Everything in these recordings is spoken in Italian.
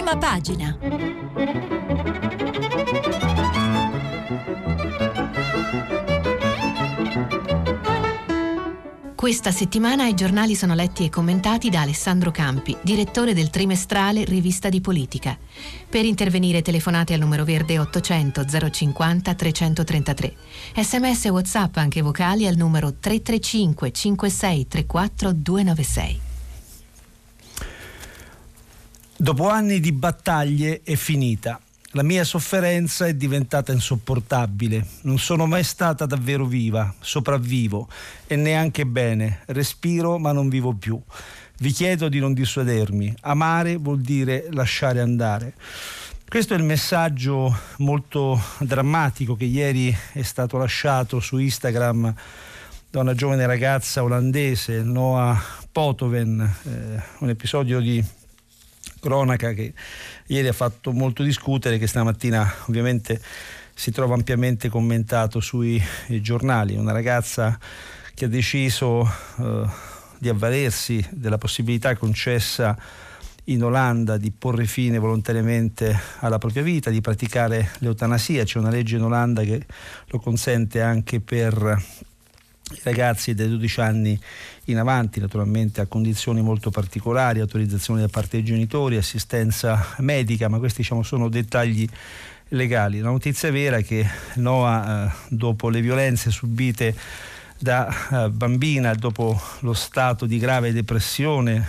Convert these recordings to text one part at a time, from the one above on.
Prima pagina. Questa settimana i giornali sono letti e commentati da Alessandro Campi, direttore del trimestrale Rivista di Politica. Per intervenire telefonate al numero verde 800 050 333. SMS e WhatsApp anche vocali al numero 335 56 34 296. Dopo anni di battaglie è finita. La mia sofferenza è diventata insopportabile. Non sono mai stata davvero viva, sopravvivo e neanche bene. Respiro ma non vivo più. Vi chiedo di non dissuadermi. Amare vuol dire lasciare andare. Questo è il messaggio molto drammatico che ieri è stato lasciato su Instagram da una giovane ragazza olandese, Noah Potoven, un episodio di cronaca che ieri ha fatto molto discutere, che stamattina ovviamente si trova ampiamente commentato sui giornali. Una ragazza che ha deciso di avvalersi della possibilità concessa in Olanda di porre fine volontariamente alla propria vita, di praticare l'eutanasia. C'è una legge in Olanda che lo consente anche per i ragazzi dai 12 anni in avanti, naturalmente a condizioni molto particolari, autorizzazione da parte dei genitori, assistenza medica, ma questi sono dettagli legali. La notizia vera è che Noah, dopo le violenze subite da bambina, dopo lo stato di grave depressione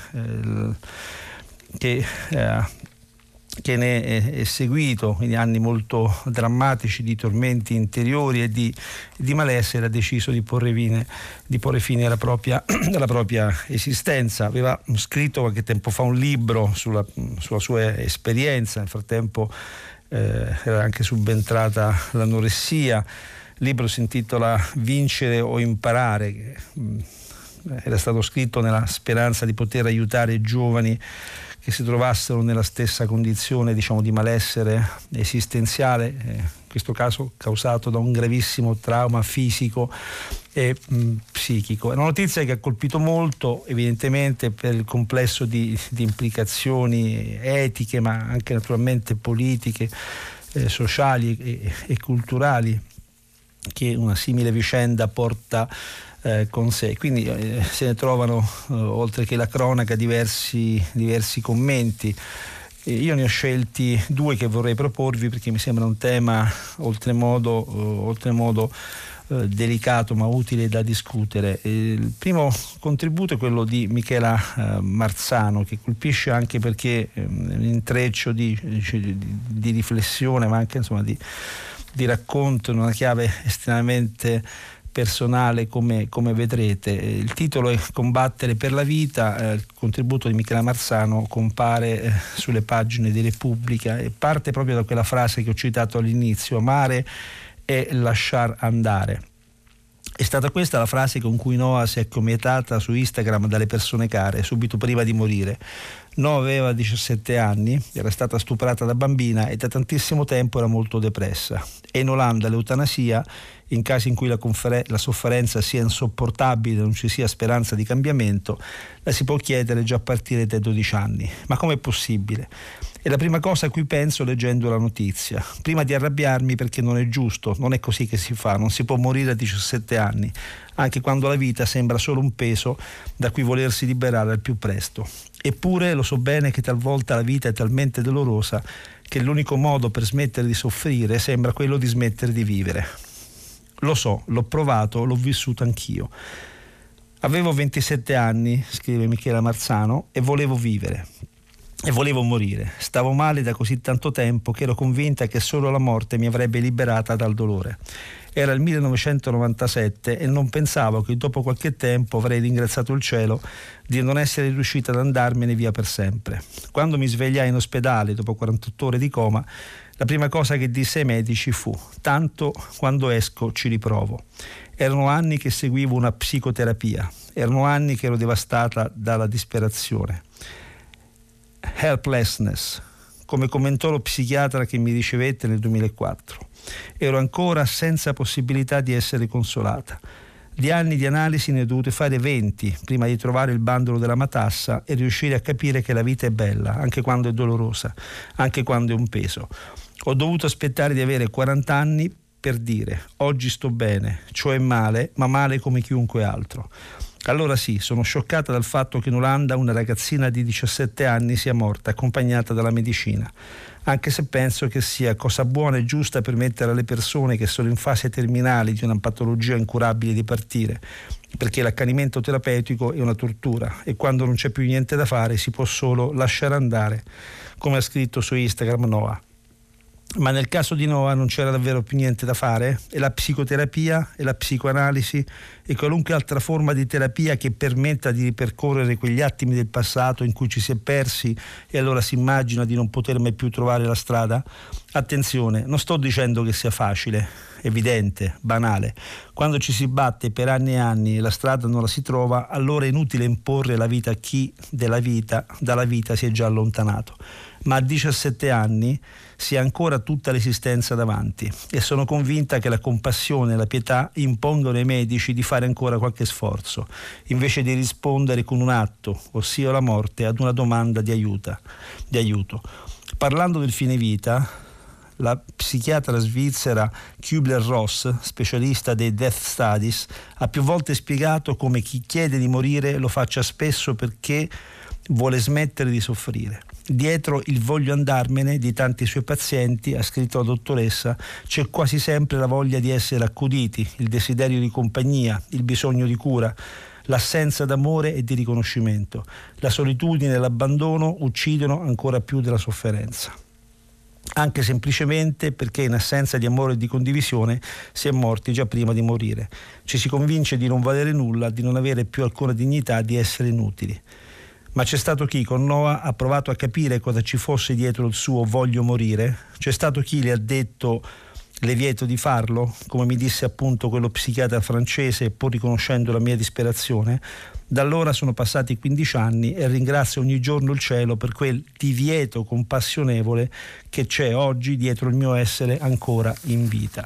che ne è seguito, quindi anni molto drammatici di tormenti interiori e di malessere, ha deciso di porre fine alla propria esistenza. Aveva scritto qualche tempo fa un libro sulla sua esperienza. Nel frattempo era anche subentrata l'anoressia. Il libro si intitola Vincere o imparare, che era stato scritto nella speranza di poter aiutare i giovani che si trovassero nella stessa condizione di malessere esistenziale, in questo caso causato da un gravissimo trauma fisico e psichico. È una notizia che ha colpito molto, evidentemente per il complesso di implicazioni etiche, ma anche naturalmente politiche, sociali e culturali che una simile vicenda porta con sé. Quindi se ne trovano, oltre che la cronaca, diversi commenti. Io ne ho scelti due che vorrei proporvi perché mi sembra un tema oltremodo delicato ma utile da discutere. Il primo contributo è quello di Michela Marzano, che colpisce anche perché è un intreccio di riflessione, ma anche di racconto in una chiave estremamente personale, come vedrete. Il titolo è Combattere per la vita. Il contributo di Michela Marzano compare sulle pagine di Repubblica e parte proprio da quella frase che ho citato all'inizio: amare e lasciar andare. È stata questa la frase con cui Noah si è commietata su Instagram dalle persone care subito prima di morire. Noah aveva 17 anni, era stata stuprata da bambina e da tantissimo tempo era molto depressa. E in Olanda l'eutanasia, in casi in cui la sofferenza sia insopportabile e non ci sia speranza di cambiamento, la si può chiedere già a partire dai 12 anni. Ma com'è possibile? È la prima cosa a cui penso leggendo la notizia. Prima di arrabbiarmi, perché non è giusto, non è così che si fa, non si può morire a 17 anni, anche quando la vita sembra solo un peso da cui volersi liberare al più presto. Eppure lo so bene che talvolta la vita è talmente dolorosa che l'unico modo per smettere di soffrire sembra quello di smettere di vivere. Lo so, l'ho provato, l'ho vissuto anch'io. Avevo 27 anni, scrive Michela Marzano, e volevo vivere. E volevo morire. Stavo male da così tanto tempo che ero convinta che solo la morte mi avrebbe liberata dal dolore. Era il 1997 e non pensavo che dopo qualche tempo avrei ringraziato il cielo di non essere riuscita ad andarmene via per sempre. Quando mi svegliai in ospedale dopo 48 ore di coma, la prima cosa che disse ai medici fu: tanto quando esco ci riprovo. Erano anni che seguivo una psicoterapia, erano anni che ero devastata dalla disperazione. Helplessness, come commentò lo psichiatra che mi ricevette nel 2004. Ero ancora senza possibilità di essere consolata. Di anni di analisi ne ho dovute fare 20 prima di trovare il bandolo della matassa e riuscire a capire che la vita è bella, anche quando è dolorosa, anche quando è un peso. Ho dovuto aspettare di avere 40 anni per dire oggi sto bene, cioè male, ma male come chiunque altro. Allora sì, sono scioccata dal fatto che in Olanda una ragazzina di 17 anni sia morta accompagnata dalla medicina, anche se penso che sia cosa buona e giusta permettere alle persone che sono in fase terminale di una patologia incurabile di partire, perché l'accanimento terapeutico è una tortura e quando non c'è più niente da fare si può solo lasciare andare, come ha scritto su Instagram Noah. Ma nel caso di Noah non c'era davvero più niente da fare e la psicoterapia e la psicoanalisi e qualunque altra forma di terapia che permetta di ripercorrere quegli attimi del passato in cui ci si è persi e allora si immagina di non poter mai più trovare la strada. Attenzione, non sto dicendo che sia facile, evidente, banale. Quando ci si batte per anni e anni e la strada non la si trova, allora è inutile imporre la vita a chi dalla vita si è già allontanato. Ma a 17 anni si ha ancora tutta l'esistenza davanti e sono convinta che la compassione e la pietà impongono ai medici di fare ancora qualche sforzo, invece di rispondere con un atto, ossia la morte, ad una domanda di aiuto. Parlando del fine vita, la psichiatra svizzera Kübler-Ross, specialista dei Death Studies, ha più volte spiegato come chi chiede di morire lo faccia spesso perché vuole smettere di soffrire. Dietro il voglio andarmene di tanti suoi pazienti, ha scritto la dottoressa, c'è quasi sempre la voglia di essere accuditi, il desiderio di compagnia, il bisogno di cura, l'assenza d'amore e di riconoscimento. La solitudine e l'abbandono uccidono ancora più della sofferenza. Anche semplicemente perché in assenza di amore e di condivisione si è morti già prima di morire. Ci si convince di non valere nulla, di non avere più alcuna dignità, di essere inutili. Ma c'è stato chi con Noah ha provato a capire cosa ci fosse dietro il suo voglio morire? C'è stato chi le ha detto le vieto di farlo, come mi disse appunto quello psichiatra francese, pur riconoscendo la mia disperazione? Da allora sono passati 15 anni e ringrazio ogni giorno il cielo per quel divieto compassionevole che c'è oggi dietro il mio essere ancora in vita.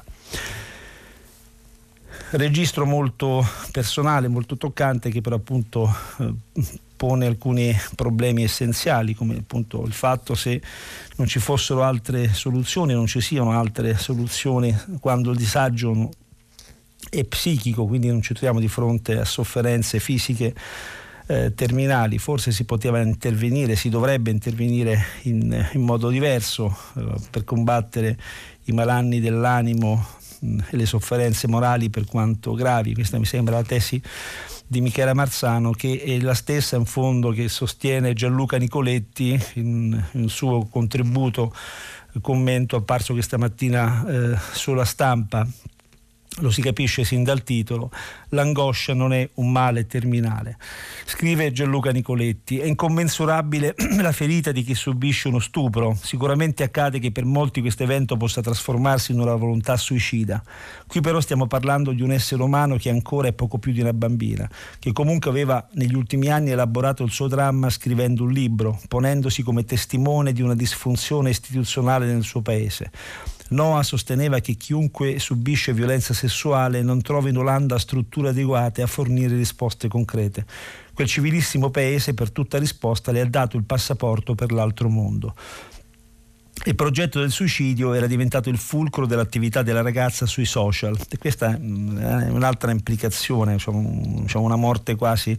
Registro molto personale, molto toccante, che però appunto pone alcuni problemi essenziali, come appunto il fatto se non ci fossero altre soluzioni, non ci siano altre soluzioni quando il disagio è psichico, quindi non ci troviamo di fronte a sofferenze fisiche terminali. Forse si poteva intervenire, si dovrebbe intervenire in modo diverso per combattere i malanni dell'animo e le sofferenze morali per quanto gravi. Questa mi sembra la tesi di Michela Marzano, che è la stessa in fondo che sostiene Gianluca Nicoletti in un suo commento apparso questa mattina sulla Stampa. Lo si capisce sin dal titolo: l'angoscia non è un male terminale. Scrive Gianluca Nicoletti: è incommensurabile la ferita di chi subisce uno stupro. Sicuramente accade che per molti questo evento possa trasformarsi in una volontà suicida. Qui però stiamo parlando di un essere umano che ancora è poco più di una bambina, che comunque aveva negli ultimi anni elaborato il suo dramma scrivendo un libro, ponendosi come testimone di una disfunzione istituzionale nel suo paese. Noah sosteneva che chiunque subisce violenza sessuale non trova in Olanda strutture adeguate a fornire risposte concrete. Quel civilissimo paese per tutta risposta le ha dato il passaporto per l'altro mondo. Il progetto del suicidio era diventato il fulcro dell'attività della ragazza sui social, e questa è un'altra implicazione, una morte quasi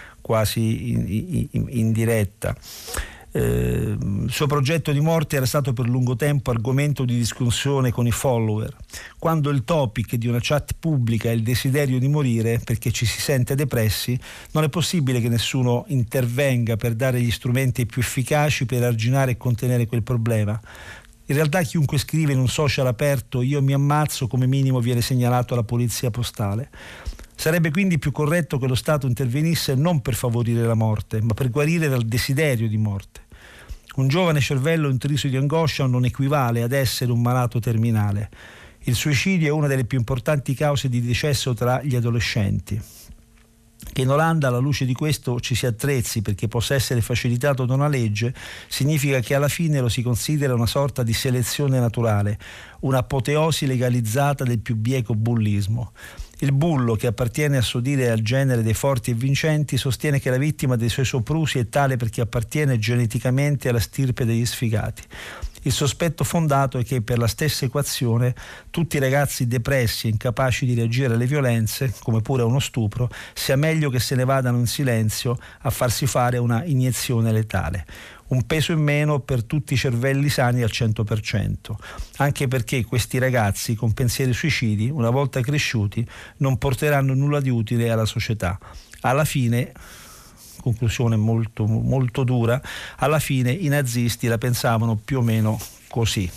indiretta. Il suo progetto di morte era stato per lungo tempo argomento di discussione con i follower. Quando il topic di una chat pubblica è il desiderio di morire perché ci si sente depressi, non è possibile che nessuno intervenga per dare gli strumenti più efficaci per arginare e contenere quel problema. In realtà chiunque scrive in un social aperto "io mi ammazzo" come minimo viene segnalato alla polizia postale. Sarebbe quindi più corretto che lo Stato intervenisse non per favorire la morte, ma per guarire dal desiderio di morte. Un giovane cervello intriso di angoscia non equivale ad essere un malato terminale. Il suicidio è una delle più importanti cause di decesso tra gli adolescenti. Che in Olanda alla luce di questo ci si attrezzi perché possa essere facilitato da una legge significa che alla fine lo si considera una sorta di selezione naturale, un'apoteosi legalizzata del più bieco bullismo. Il bullo, che appartiene a suo dire al genere dei forti e vincenti, sostiene che la vittima dei suoi soprusi è tale perché appartiene geneticamente alla stirpe degli sfigati. Il sospetto fondato è che per la stessa equazione tutti i ragazzi depressi e incapaci di reagire alle violenze, come pure a uno stupro, sia meglio che se ne vadano in silenzio a farsi fare una iniezione letale. Un peso in meno per tutti i cervelli sani al 100%, anche perché questi ragazzi con pensieri suicidi, una volta cresciuti, non porteranno nulla di utile alla società. Alla fine, conclusione molto, molto dura, alla fine i nazisti la pensavano più o meno così.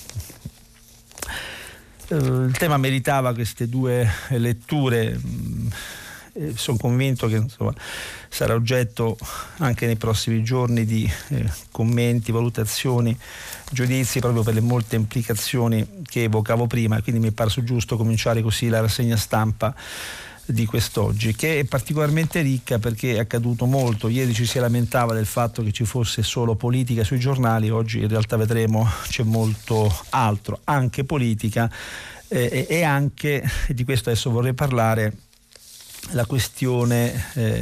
Il tema meritava queste due letture. Sono convinto che insomma, sarà oggetto anche nei prossimi giorni di commenti, valutazioni, giudizi, proprio per le molte implicazioni che evocavo prima, quindi mi è parso giusto cominciare così la rassegna stampa di quest'oggi, che è particolarmente ricca perché è accaduto molto. Ieri ci si lamentava del fatto che ci fosse solo politica sui giornali, oggi in realtà vedremo c'è molto altro, anche politica, e anche, di questo adesso vorrei parlare, la questione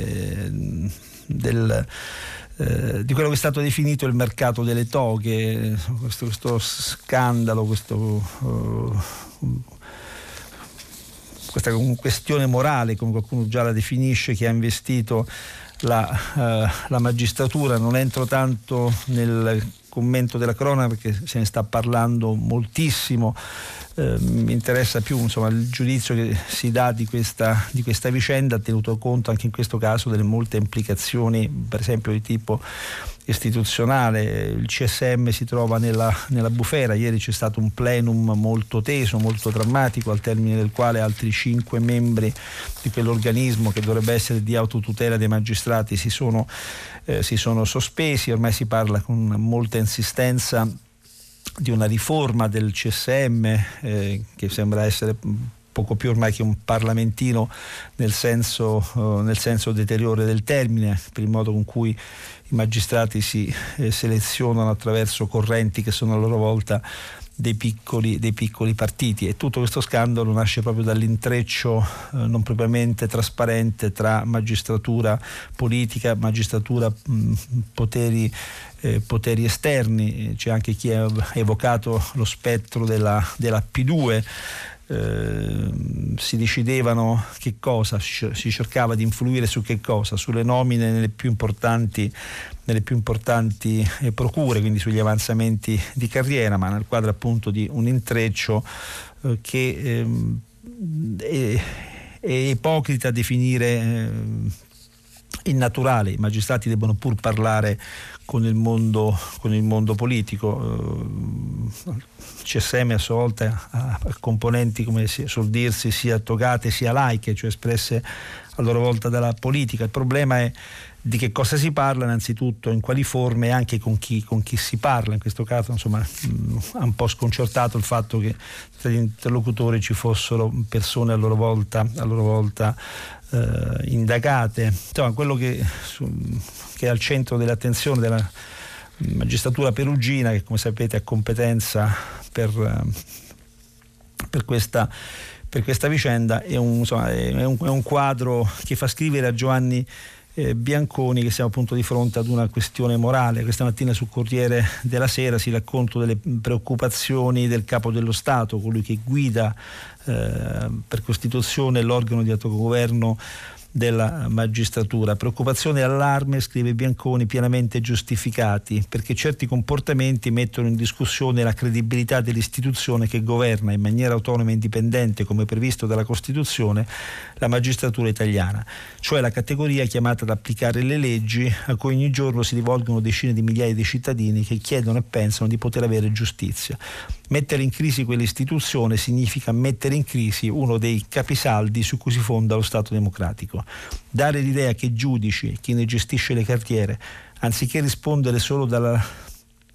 di quello che è stato definito il mercato delle toghe, questo scandalo, questa questione morale, come qualcuno già la definisce, che ha investito la magistratura. Non entro tanto nel commento della cronaca perché se ne sta parlando moltissimo. Mi interessa più insomma il giudizio che si dà di questa vicenda, tenuto conto anche in questo caso delle molte implicazioni, per esempio di tipo istituzionale. Il CSM si trova nella bufera. Ieri c'è stato un plenum molto teso, molto drammatico, al termine del quale altri 5 membri di quell'organismo che dovrebbe essere di autotutela dei magistrati si sono sospesi. Ormai si parla con molta insistenza di una riforma del CSM che sembra essere poco più ormai che un parlamentino nel senso deteriore del termine, per il modo con cui i magistrati si selezionano attraverso correnti che sono a loro volta dei piccoli partiti. E tutto questo scandalo nasce proprio dall'intreccio non propriamente trasparente tra magistratura politica, magistratura poteri esterni. C'è anche chi ha evocato lo spettro della P2. Si decidevano che cosa, si cercava di influire su che cosa, sulle nomine nelle più importanti procure, quindi sugli avanzamenti di carriera, ma nel quadro appunto di un intreccio che è ipocrita definire innaturale. I magistrati debbono pur parlare con il mondo politico. CSM a sua volta ha componenti, come si suol dirsi, sia togate sia laiche, cioè espresse a loro volta dalla politica. Il problema è di che cosa si parla innanzitutto, in quali forme e anche con chi si parla. In questo caso insomma ha un po' sconcertato il fatto che tra gli interlocutori ci fossero persone a loro volta indagate. Insomma, quello che è al centro dell'attenzione della magistratura perugina, che come sapete ha competenza per questa vicenda, è un quadro che fa scrivere a Giovanni Bianconi che siamo appunto di fronte ad una questione morale. Questa mattina sul Corriere della Sera si racconta delle preoccupazioni del Capo dello Stato, colui che guida per Costituzione l'organo di autogoverno della magistratura. Preoccupazione e allarme, scrive Bianconi, pienamente giustificati, perché certi comportamenti mettono in discussione la credibilità dell'istituzione che governa in maniera autonoma e indipendente, come previsto dalla Costituzione, la magistratura italiana, cioè la categoria chiamata ad applicare le leggi a cui ogni giorno si rivolgono decine di migliaia di cittadini che chiedono e pensano di poter avere giustizia. Mettere in crisi quell'istituzione significa mettere in crisi uno dei capisaldi su cui si fonda lo Stato democratico. Dare l'idea che giudici e chi ne gestisce le carriere, anziché rispondere solo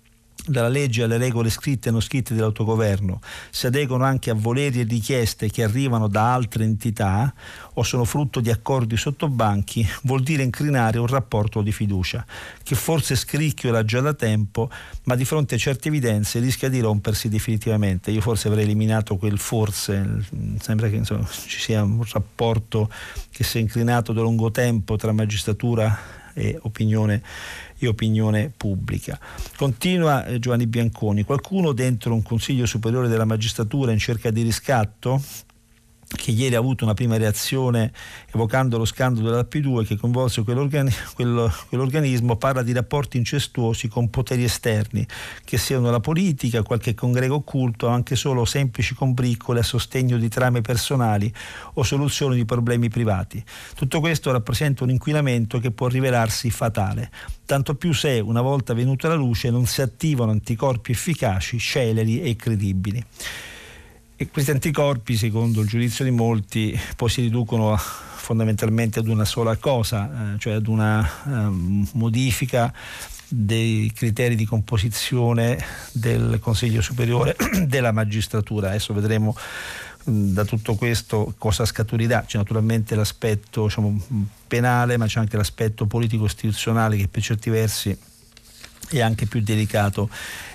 dalla legge alle regole scritte e non scritte dell'autogoverno, si adeguano anche a voleri e richieste che arrivano da altre entità o sono frutto di accordi sottobanchi, vuol dire incrinare un rapporto di fiducia che forse scricchiola già da tempo, ma di fronte a certe evidenze rischia di rompersi definitivamente. Io forse avrei eliminato quel forse, sembra che insomma, ci sia un rapporto che si è incrinato da lungo tempo tra magistratura e opinione pubblica. Continua Giovanni Bianconi: qualcuno dentro un Consiglio Superiore della Magistratura in cerca di riscatto, che ieri ha avuto una prima reazione evocando lo scandalo della P2 che coinvolse quell'organismo, parla di rapporti incestuosi con poteri esterni, che siano la politica, qualche congrego occulto o anche solo semplici combriccole a sostegno di trame personali o soluzioni di problemi privati. Tutto questo rappresenta un inquinamento che può rivelarsi fatale, tanto più se, una volta venuta alla luce, non si attivano anticorpi efficaci, celeri e credibili. E questi anticorpi, secondo il giudizio di molti, poi si riducono fondamentalmente ad una sola cosa, cioè ad una modifica dei criteri di composizione del Consiglio Superiore della Magistratura. Adesso vedremo da tutto questo cosa scaturirà. C'è naturalmente l'aspetto, diciamo, penale, ma c'è anche l'aspetto politico-istituzionale che per certi versi è anche più delicato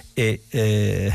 e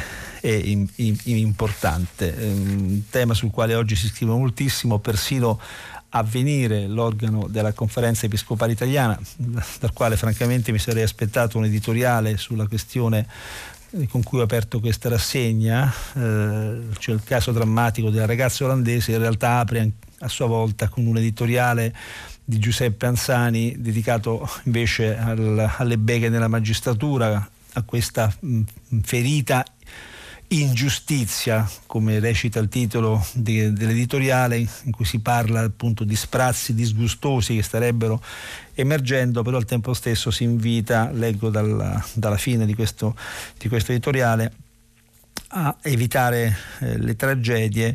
importante, un tema sul quale oggi si scrive moltissimo. Persino Avvenire, l'organo della Conferenza Episcopale Italiana, dal quale francamente mi sarei aspettato un editoriale sulla questione con cui ho aperto questa rassegna, cioè il caso drammatico della ragazza olandese, in realtà apre a sua volta con un editoriale di Giuseppe Anzani dedicato invece alle beghe nella magistratura, a questa ferita ingiustizia, come recita il titolo dell'editoriale, in cui si parla appunto di sprazzi disgustosi che starebbero emergendo, però al tempo stesso si invita, leggo dalla fine di questo editoriale, a evitare le tragedie,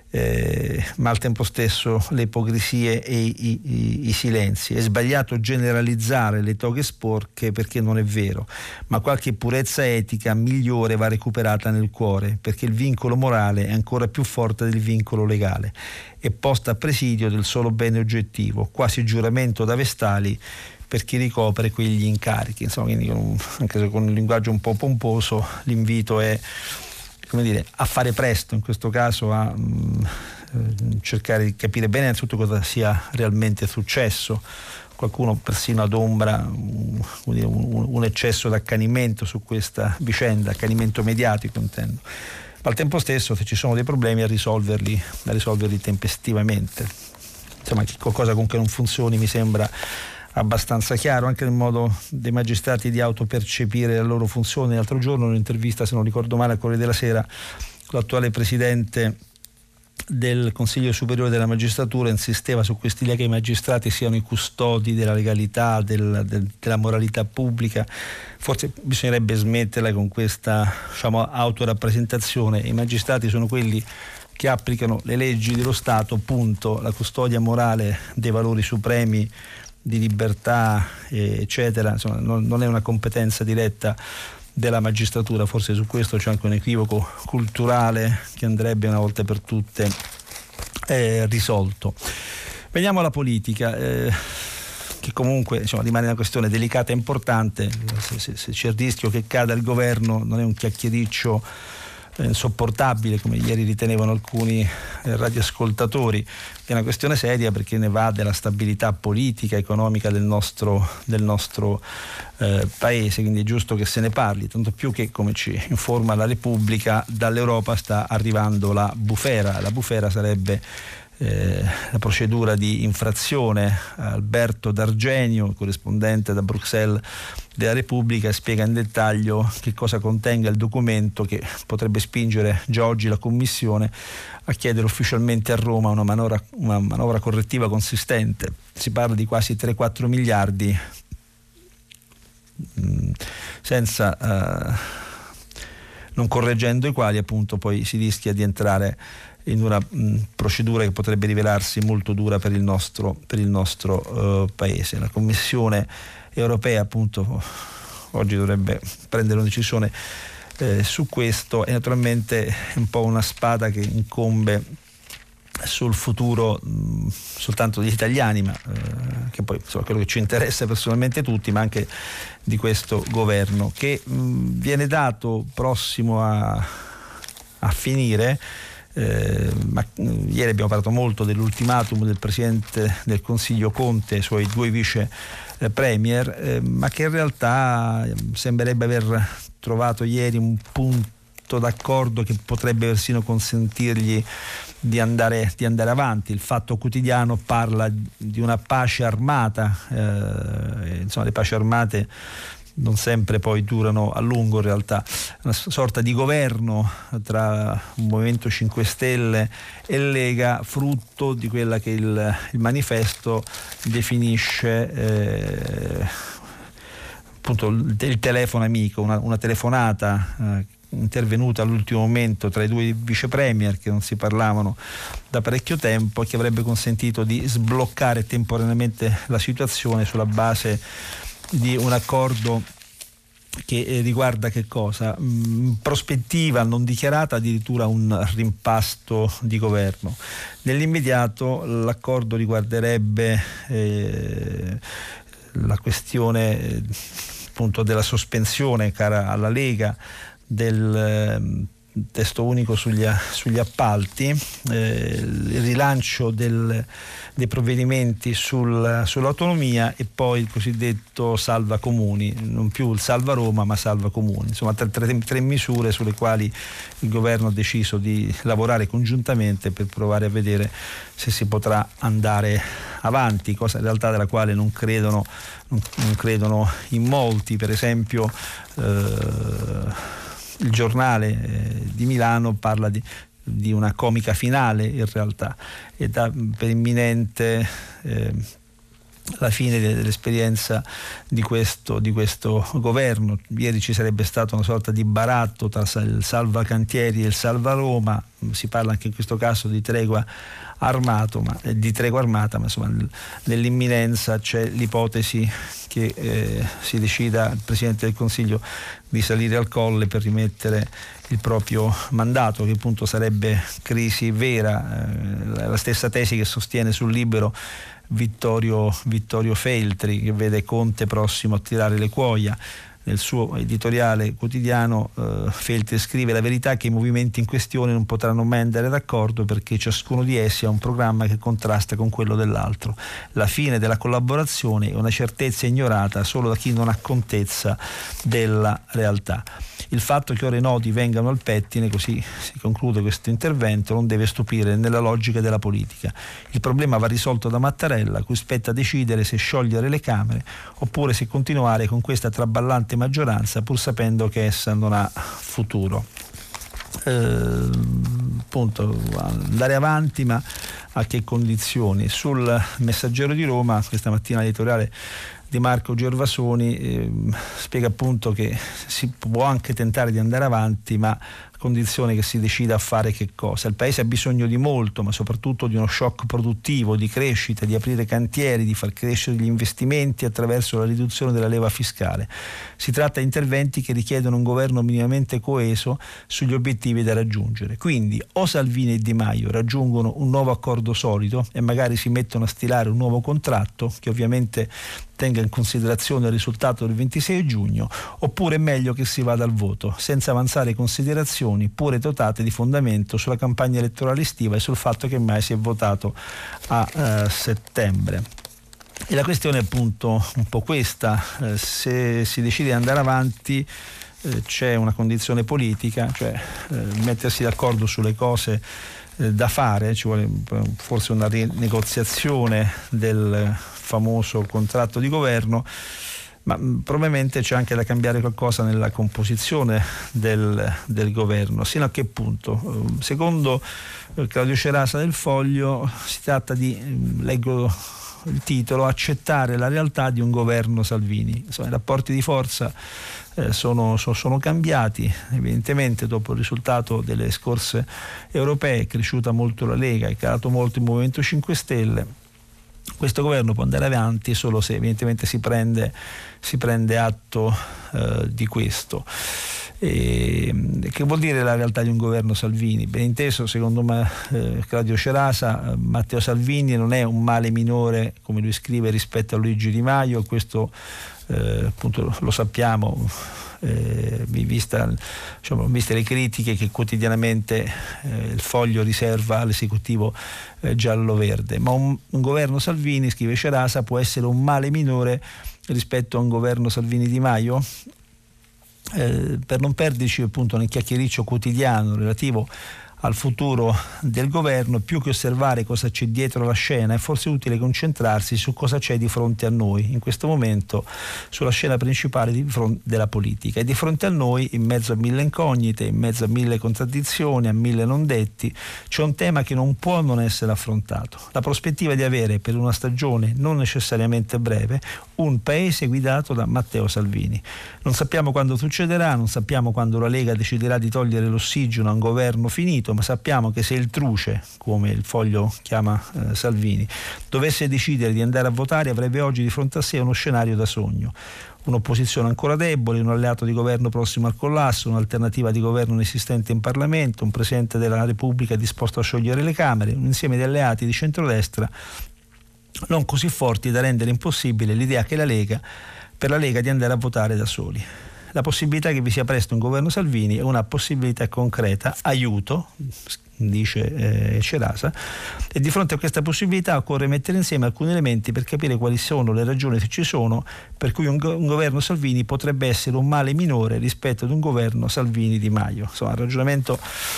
ma al tempo stesso le ipocrisie e i silenzi. È sbagliato generalizzare le toghe sporche perché non è vero, ma qualche purezza etica migliore va recuperata nel cuore, perché il vincolo morale è ancora più forte del vincolo legale, è posta a presidio del solo bene oggettivo, quasi giuramento da vestali per chi ricopre quegli incarichi. Insomma, quindi anche se con un linguaggio un po' pomposo, l'invito è, come dire, a fare presto, in questo caso a cercare di capire bene innanzitutto cosa sia realmente successo. Qualcuno persino adombra un eccesso d'accanimento su questa vicenda, accanimento mediatico intendo, ma al tempo stesso, se ci sono dei problemi, a risolverli tempestivamente. Insomma, qualcosa comunque non funzioni mi sembra abbastanza chiaro, anche nel modo dei magistrati di autopercepire la loro funzione. L'altro giorno, in un'intervista, se non ricordo male, al Corriere della Sera, l'attuale presidente del Consiglio Superiore della Magistratura insisteva su quest'idea che i magistrati siano i custodi della legalità, della moralità pubblica. Forse bisognerebbe smetterla con questa, diciamo, autorappresentazione. I magistrati sono quelli che applicano le leggi dello Stato, punto. La custodia morale dei valori supremi di libertà, eccetera, insomma, non è una competenza diretta della magistratura. Forse su questo c'è anche un equivoco culturale che andrebbe una volta per tutte risolto. Veniamo alla politica, che comunque, insomma, rimane una questione delicata e importante. Se c'è il rischio che cada il governo, non è un chiacchiericcio insopportabile come ieri ritenevano alcuni radioascoltatori, è una questione seria, perché ne va della stabilità politica, economica del nostro paese, quindi è giusto che se ne parli, tanto più che, come ci informa la Repubblica, dall'Europa sta arrivando la bufera sarebbe la procedura di infrazione. Alberto D'Argenio, corrispondente da Bruxelles della Repubblica, spiega in dettaglio che cosa contenga il documento che potrebbe spingere già oggi la Commissione a chiedere ufficialmente a Roma una manovra correttiva consistente. Si parla di quasi 3-4 miliardi, senza non correggendo i quali appunto poi si rischia di entrare in una procedura che potrebbe rivelarsi molto dura per il nostro paese. La Commissione europea appunto oggi dovrebbe prendere una decisione su questo, e naturalmente è un po' una spada che incombe sul futuro soltanto degli italiani, ma che poi insomma, quello che ci interessa personalmente tutti, ma anche di questo governo che viene dato prossimo a finire. Ma ieri abbiamo parlato molto dell'ultimatum del Presidente del Consiglio Conte ai suoi 2 vice premier, ma che in realtà sembrerebbe aver trovato ieri un punto d'accordo che potrebbe persino consentirgli di andare avanti. Il Fatto Quotidiano parla di una pace armata, insomma le paci armate non sempre poi durano a lungo, in realtà una sorta di governo tra un Movimento 5 Stelle e Lega, frutto di quella che il manifesto definisce appunto il telefono amico, una telefonata intervenuta all'ultimo momento tra i 2 vice premier che non si parlavano da parecchio tempo, che avrebbe consentito di sbloccare temporaneamente la situazione sulla base di un accordo che riguarda che cosa? In prospettiva non dichiarata addirittura un rimpasto di governo. Nell'immediato l'accordo riguarderebbe la questione appunto della sospensione, cara alla Lega, del testo unico sugli appalti, il rilancio dei provvedimenti sull'autonomia e poi il cosiddetto salva comuni, non più il salva Roma ma salva comuni, insomma tre misure sulle quali il governo ha deciso di lavorare congiuntamente per provare a vedere se si potrà andare avanti, cosa in realtà della quale non credono in molti. Per esempio il giornale di Milano parla di una comica finale in realtà, e dà per imminente la fine dell'esperienza di questo governo. Ieri ci sarebbe stato una sorta di baratto tra il salva cantieri e il salva Roma, si parla anche in questo caso di tregua armata, ma insomma nell'imminenza c'è l'ipotesi che si decida il Presidente del Consiglio di salire al Colle per rimettere il proprio mandato, che appunto sarebbe crisi vera, la stessa tesi che sostiene sul Libero Vittorio Feltri, che vede Conte prossimo a tirare le cuoia. Nel suo editoriale quotidiano Feltri scrive: la verità è che i movimenti in questione non potranno mai andare d'accordo perché ciascuno di essi ha un programma che contrasta con quello dell'altro. La fine della collaborazione è una certezza ignorata solo da chi non ha contezza della realtà. Il fatto che ora i nodi vengano al pettine, così si conclude questo intervento, non deve stupire nella logica della politica. Il problema va risolto da Mattarella, a cui spetta decidere se sciogliere le Camere oppure se continuare con questa traballante maggioranza, pur sapendo che essa non ha futuro. Appunto, andare avanti, ma a che condizioni? Sul Messaggero di Roma, questa mattina l'editoriale di Marco Gervasoni spiega appunto che si può anche tentare di andare avanti, ma a condizione che si decida a fare che cosa. Il Paese ha bisogno di molto, ma soprattutto di uno shock produttivo, di crescita, di aprire cantieri, di far crescere gli investimenti attraverso la riduzione della leva fiscale. Si tratta di interventi che richiedono un governo minimamente coeso sugli obiettivi da raggiungere. Quindi o Salvini e Di Maio raggiungono un nuovo accordo solido e magari si mettono a stilare un nuovo contratto che ovviamente tenga in considerazione il risultato del 26 giugno, oppure è meglio che si vada al voto senza avanzare considerazioni pure dotate di fondamento sulla campagna elettorale estiva e sul fatto che mai si è votato a settembre. E la questione è appunto un po' questa: se si decide di andare avanti c'è una condizione politica, cioè mettersi d'accordo sulle cose da fare, ci vuole forse una rinegoziazione del famoso contratto di governo, ma probabilmente c'è anche da cambiare qualcosa nella composizione del governo. Sino a che punto? Secondo Claudio Cerasa del Foglio si tratta di, leggo il titolo, accettare la realtà di un governo Salvini. Insomma, i rapporti di forza sono cambiati, evidentemente dopo il risultato delle scorse europee è cresciuta molto la Lega, è calato molto il Movimento 5 Stelle. Questo governo può andare avanti solo se evidentemente si prende atto di questo. Che vuol dire la realtà di un governo Salvini? Ben inteso, secondo me, Claudio Cerasa, Matteo Salvini non è un male minore, come lui scrive, rispetto a Luigi Di Maio. Questo appunto lo sappiamo, viste le critiche che quotidianamente il Foglio riserva all'esecutivo giallo-verde. Ma un governo Salvini, scrive Cerasa, può essere un male minore rispetto a un governo Salvini-Di Maio? Per non perderci appunto nel chiacchiericcio quotidiano relativo al futuro del governo, più che osservare cosa c'è dietro la scena, è forse utile concentrarsi su cosa c'è di fronte a noi in questo momento, sulla scena principale della politica. E di fronte a noi, in mezzo a mille incognite, in mezzo a mille contraddizioni, a mille non detti, c'è un tema che non può non essere affrontato: la prospettiva di avere, per una stagione non necessariamente breve, un paese guidato da Matteo Salvini. Non sappiamo quando succederà, non sappiamo quando la Lega deciderà di togliere l'ossigeno a un governo finito, ma sappiamo che se il truce, come il Foglio chiama Salvini, dovesse decidere di andare a votare, avrebbe oggi di fronte a sé uno scenario da sogno: un'opposizione ancora debole, un alleato di governo prossimo al collasso, un'alternativa di governo inesistente in Parlamento, un Presidente della Repubblica disposto a sciogliere le Camere, un insieme di alleati di centrodestra non così forti da rendere impossibile l'idea che per la Lega di andare a votare da soli. La possibilità che vi sia presto un governo Salvini è una possibilità concreta, aiuto, dice Cerasa, e di fronte a questa possibilità occorre mettere insieme alcuni elementi per capire quali sono le ragioni, se ci sono, per cui un governo Salvini potrebbe essere un male minore rispetto ad un governo Salvini-Di Maio. Insomma, un ragionamento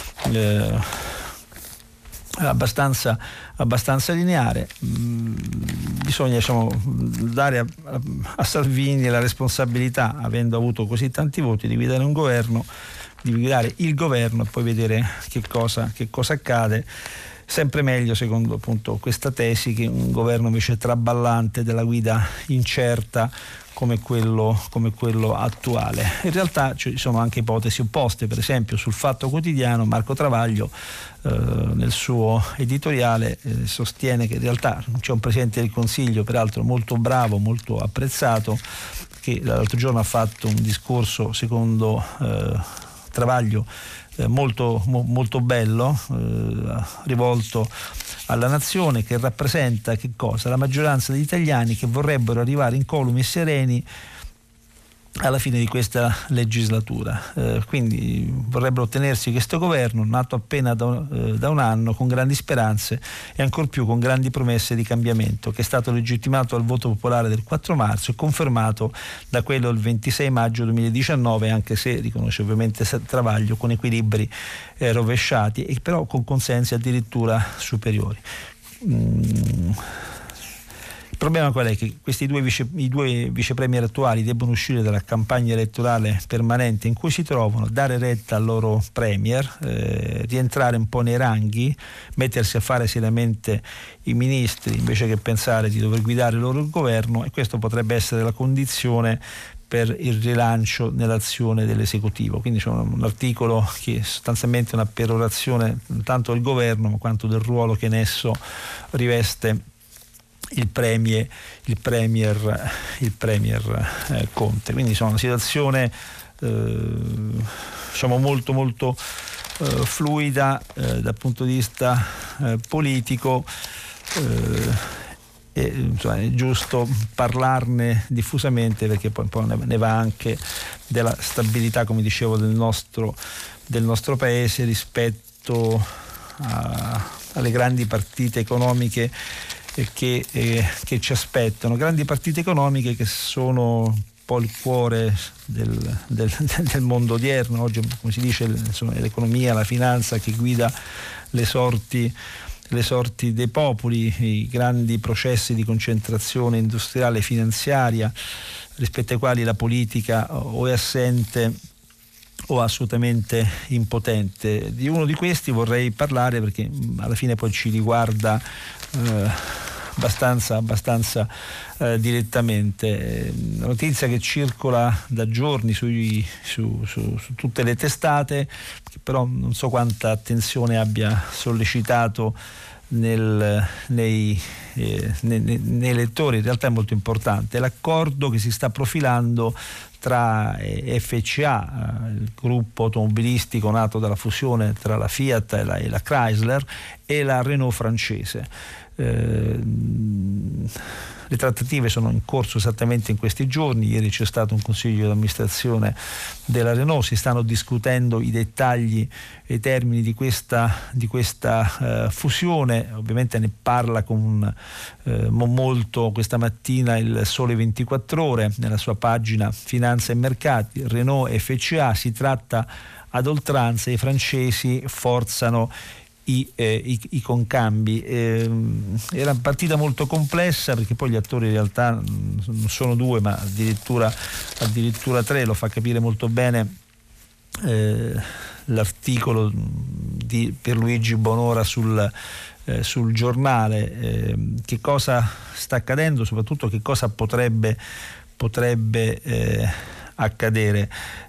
abbastanza lineare. Bisogna dare a Salvini la responsabilità, avendo avuto così tanti voti, di guidare un governo, di guidare il governo e poi vedere che cosa accade. Sempre meglio, secondo appunto questa tesi, che un governo invece traballante, della guida incerta come quello attuale. In realtà ci sono anche ipotesi opposte. Per esempio, sul Fatto Quotidiano Marco Travaglio nel suo editoriale sostiene che in realtà c'è un Presidente del Consiglio, peraltro molto bravo, molto apprezzato, che l'altro giorno ha fatto un discorso, secondo Travaglio, molto bello, rivolto alla nazione, che rappresenta che cosa? La maggioranza degli italiani che vorrebbero arrivare incolumi e sereni alla fine di questa legislatura. Quindi vorrebbero ottenersi questo governo nato appena da un anno, con grandi speranze e ancor più con grandi promesse di cambiamento, che è stato legittimato al voto popolare del 4 marzo e confermato da quello del 26 maggio 2019, anche se, riconosce ovviamente Travaglio, con equilibri rovesciati e però con consensi addirittura superiori. Il problema qual è? Che questi i due vice premier attuali debbono uscire dalla campagna elettorale permanente in cui si trovano, dare retta al loro premier, rientrare un po' nei ranghi, mettersi a fare seriamente i ministri invece che pensare di dover guidare loro il governo, e questo potrebbe essere la condizione per il rilancio nell'azione dell'esecutivo. Quindi c'è un articolo che è sostanzialmente una perorazione tanto del governo quanto del ruolo che in esso riveste il premier Conte. Quindi insomma una situazione molto fluida dal punto di vista politico, insomma, è giusto parlarne diffusamente, perché poi ne va anche della stabilità, come dicevo, del nostro paese rispetto alle grandi partite economiche che ci aspettano, grandi partite economiche che sono un po' il cuore del mondo odierno. Oggi, come si dice, è l'economia, la finanza che guida le sorti dei popoli, i grandi processi di concentrazione industriale e finanziaria, rispetto ai quali la politica o è assente o assolutamente impotente. Di uno di questi vorrei parlare, perché alla fine poi ci riguarda abbastanza direttamente. La notizia che circola da giorni su tutte le testate, che però non so quanta attenzione abbia sollecitato nei lettori, in realtà è molto importante: l'accordo che si sta profilando tra FCA, il gruppo automobilistico nato dalla fusione tra la Fiat e la Chrysler, e la Renault francese. Le trattative sono in corso esattamente in questi giorni. Ieri c'è stato un consiglio di amministrazione della Renault, si stanno discutendo i dettagli e i termini di questa fusione. Ovviamente ne parla con molto questa mattina il Sole 24 Ore nella sua pagina Finanza e Mercati. Renault e FCA, si tratta ad oltranza, i francesi forzano i concambi. Era una partita molto complessa, perché poi gli attori in realtà non sono due ma addirittura tre. Lo fa capire molto bene l'articolo di Pierluigi Bonora sul giornale. Che cosa sta accadendo, soprattutto che cosa potrebbe accadere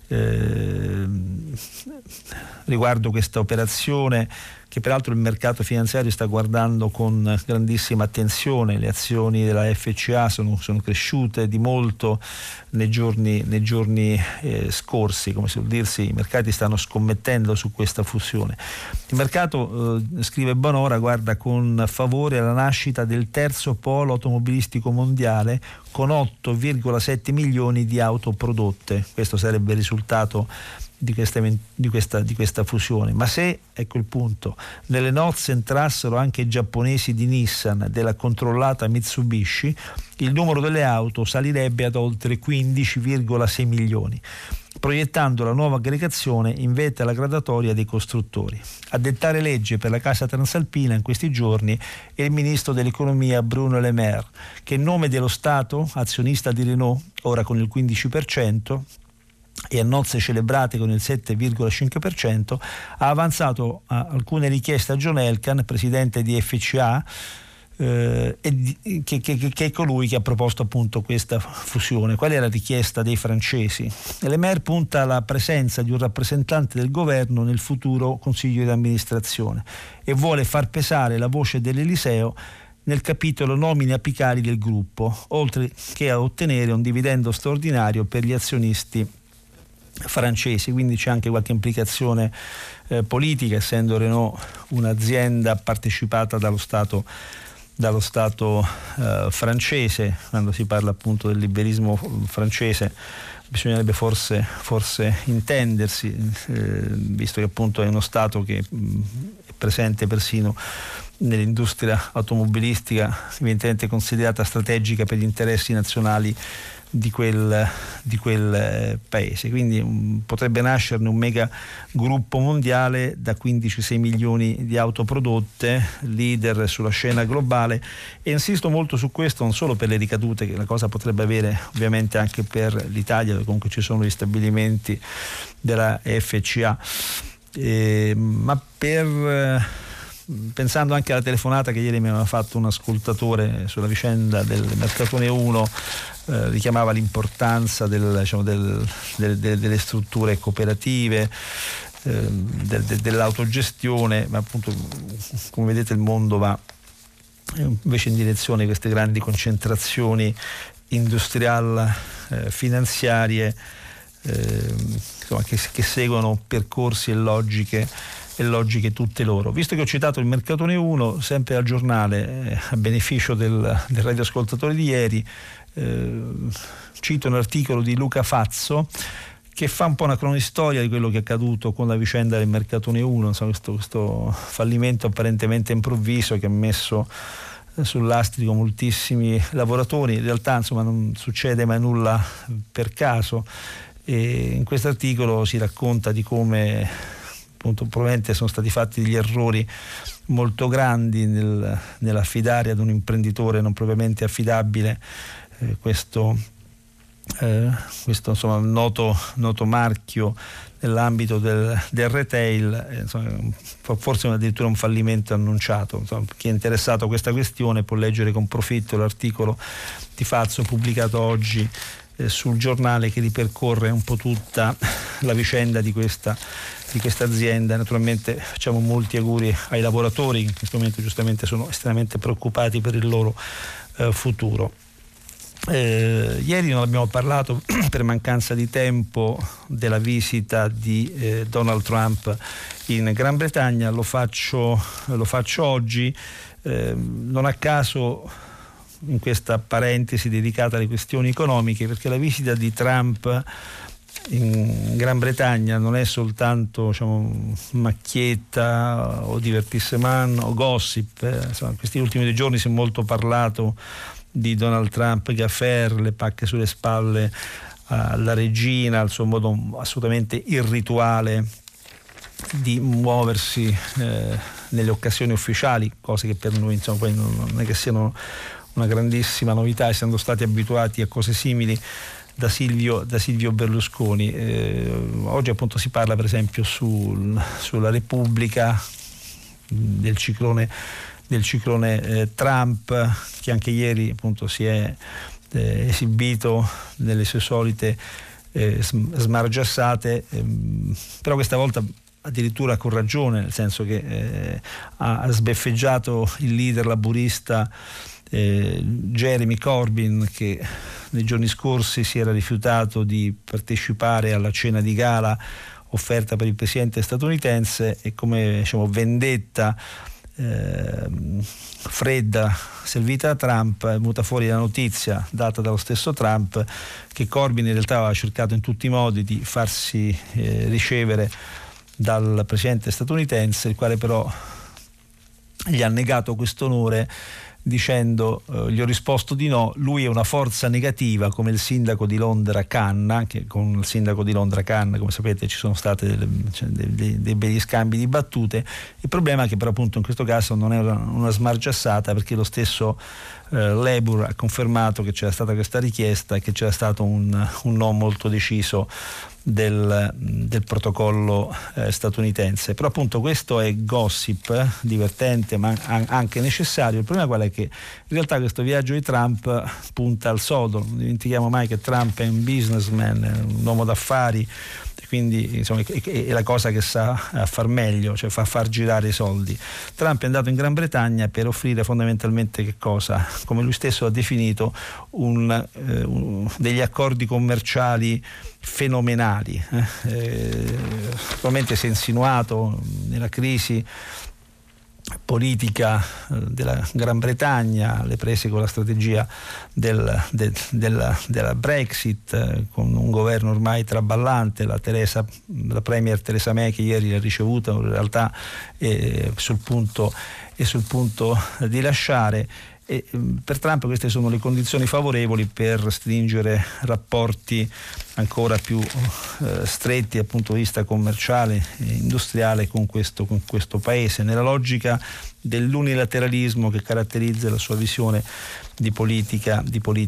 riguardo questa operazione, che peraltro il mercato finanziario sta guardando con grandissima attenzione. Le azioni della FCA sono cresciute di molto nei giorni scorsi, come si vuol dirsi, i mercati stanno scommettendo su questa fusione. Il mercato, scrive Bonora, guarda con favore alla nascita del terzo polo automobilistico mondiale con 8,7 milioni di auto prodotte. Questo sarebbe il risultato di questa fusione. Ma se, ecco il punto, nelle nozze entrassero anche i giapponesi di Nissan, della controllata Mitsubishi, il numero delle auto salirebbe ad oltre 15,6 milioni. Proiettando la nuova aggregazione in vetta alla graduatoria dei costruttori. A dettare legge per la Casa Transalpina in questi giorni è il ministro dell'economia Bruno Le Maire, che in nome dello Stato, azionista di Renault, ora con il 15%, e a nozze celebrate con il 7,5%, ha avanzato alcune richieste a John Elkann, presidente di FCA, che è colui che ha proposto appunto questa fusione. Qual è la richiesta dei francesi? Le Maire punta alla presenza di un rappresentante del governo nel futuro consiglio di amministrazione e vuole far pesare la voce dell'Eliseo nel capitolo nomine apicali del gruppo, oltre che a ottenere un dividendo straordinario per gli azionisti francesi. Quindi c'è anche qualche implicazione politica, essendo Renault un'azienda partecipata dallo Stato francese. Quando si parla appunto del liberismo francese bisognerebbe forse intendersi, visto che appunto è uno Stato che è presente persino nell'industria automobilistica, evidentemente considerata strategica per gli interessi nazionali di quel paese. Quindi potrebbe nascerne un mega gruppo mondiale da 15-6 milioni di auto prodotte, leader sulla scena globale, e insisto molto su questo non solo per le ricadute che la cosa potrebbe avere ovviamente anche per l'Italia, dove comunque ci sono gli stabilimenti della FCA, ma pensando anche alla telefonata che ieri mi aveva fatto un ascoltatore sulla vicenda del Mercatone 1, richiamava l'importanza delle strutture cooperative, dell'autogestione, ma appunto come vedete il mondo va invece in direzione di queste grandi concentrazioni industriali, finanziarie, che seguono percorsi e logiche tutte loro. Visto che ho citato il Mercatone 1, sempre al giornale, a beneficio del radioascoltatore di ieri, cito un articolo di Luca Fazzo che fa un po' una cronistoria di quello che è accaduto con la vicenda del Mercatone 1, questo fallimento apparentemente improvviso che ha messo sul lastrico moltissimi lavoratori. In realtà non succede mai nulla per caso, e in questo articolo si racconta di come appunto probabilmente sono stati fatti degli errori molto grandi nell'affidare ad un imprenditore non propriamente affidabile questo noto marchio nell'ambito del retail, forse addirittura un fallimento annunciato. Chi è interessato a questa questione può leggere con profitto l'articolo di Fazzo pubblicato oggi sul giornale, che ripercorre un po' tutta la vicenda di questa azienda. Naturalmente facciamo molti auguri ai lavoratori che in questo momento giustamente sono estremamente preoccupati per il loro futuro. Ieri non abbiamo parlato per mancanza di tempo della visita di Donald Trump in Gran Bretagna, lo faccio oggi, non a caso in questa parentesi dedicata alle questioni economiche, perché la visita di Trump in Gran Bretagna non è soltanto, diciamo, macchietta o divertissement o gossip. Insomma, questi ultimi 2 giorni si è molto parlato di Donald Trump che affair, le pacche sulle spalle alla regina, il suo modo assolutamente irrituale di muoversi nelle occasioni ufficiali, cose che per noi, insomma, poi non è che siano una grandissima novità, essendo stati abituati a cose simili da Silvio Berlusconi. Oggi appunto si parla per esempio sulla Repubblica del ciclone Trump, che anche ieri appunto si è esibito nelle sue solite smargiassate, però questa volta addirittura con ragione, nel senso che ha sbeffeggiato il leader laburista Jeremy Corbyn, che nei giorni scorsi si era rifiutato di partecipare alla cena di gala offerta per il presidente statunitense, e come, diciamo, vendetta fredda servita a Trump è venuta fuori la notizia data dallo stesso Trump che Corbyn in realtà aveva cercato in tutti i modi di farsi ricevere dal presidente statunitense, il quale però gli ha negato questo onore dicendo gli ho risposto di no, lui è una forza negativa come il sindaco di Londra Khan. Anche con il sindaco di Londra Khan, come sapete, ci sono stati dei begli scambi di battute. Il problema è che però appunto in questo caso non è una smargiassata, perché lo stesso Labour ha confermato che c'era stata questa richiesta e che c'era stato un no molto deciso del protocollo statunitense. Però appunto questo è gossip, divertente ma anche necessario. Il problema qual è? Che in realtà questo viaggio di Trump punta al sodo. Non dimentichiamo mai che Trump è un businessman, è un uomo d'affari, quindi insomma è la cosa che sa far meglio, cioè far girare i soldi. Trump è andato in Gran Bretagna per offrire fondamentalmente che cosa? Come lui stesso ha definito, degli accordi commerciali fenomenali. Probabilmente si è insinuato nella crisi politica della Gran Bretagna, le prese con la strategia della Brexit, con un governo ormai traballante, la premier Theresa May, che ieri l'ha ricevuta, in realtà è sul punto di lasciare. E per Trump queste sono le condizioni favorevoli per stringere rapporti ancora più stretti dal punto di vista commerciale e industriale con questo paese, nella logica dell'unilateralismo che caratterizza la sua visione di politica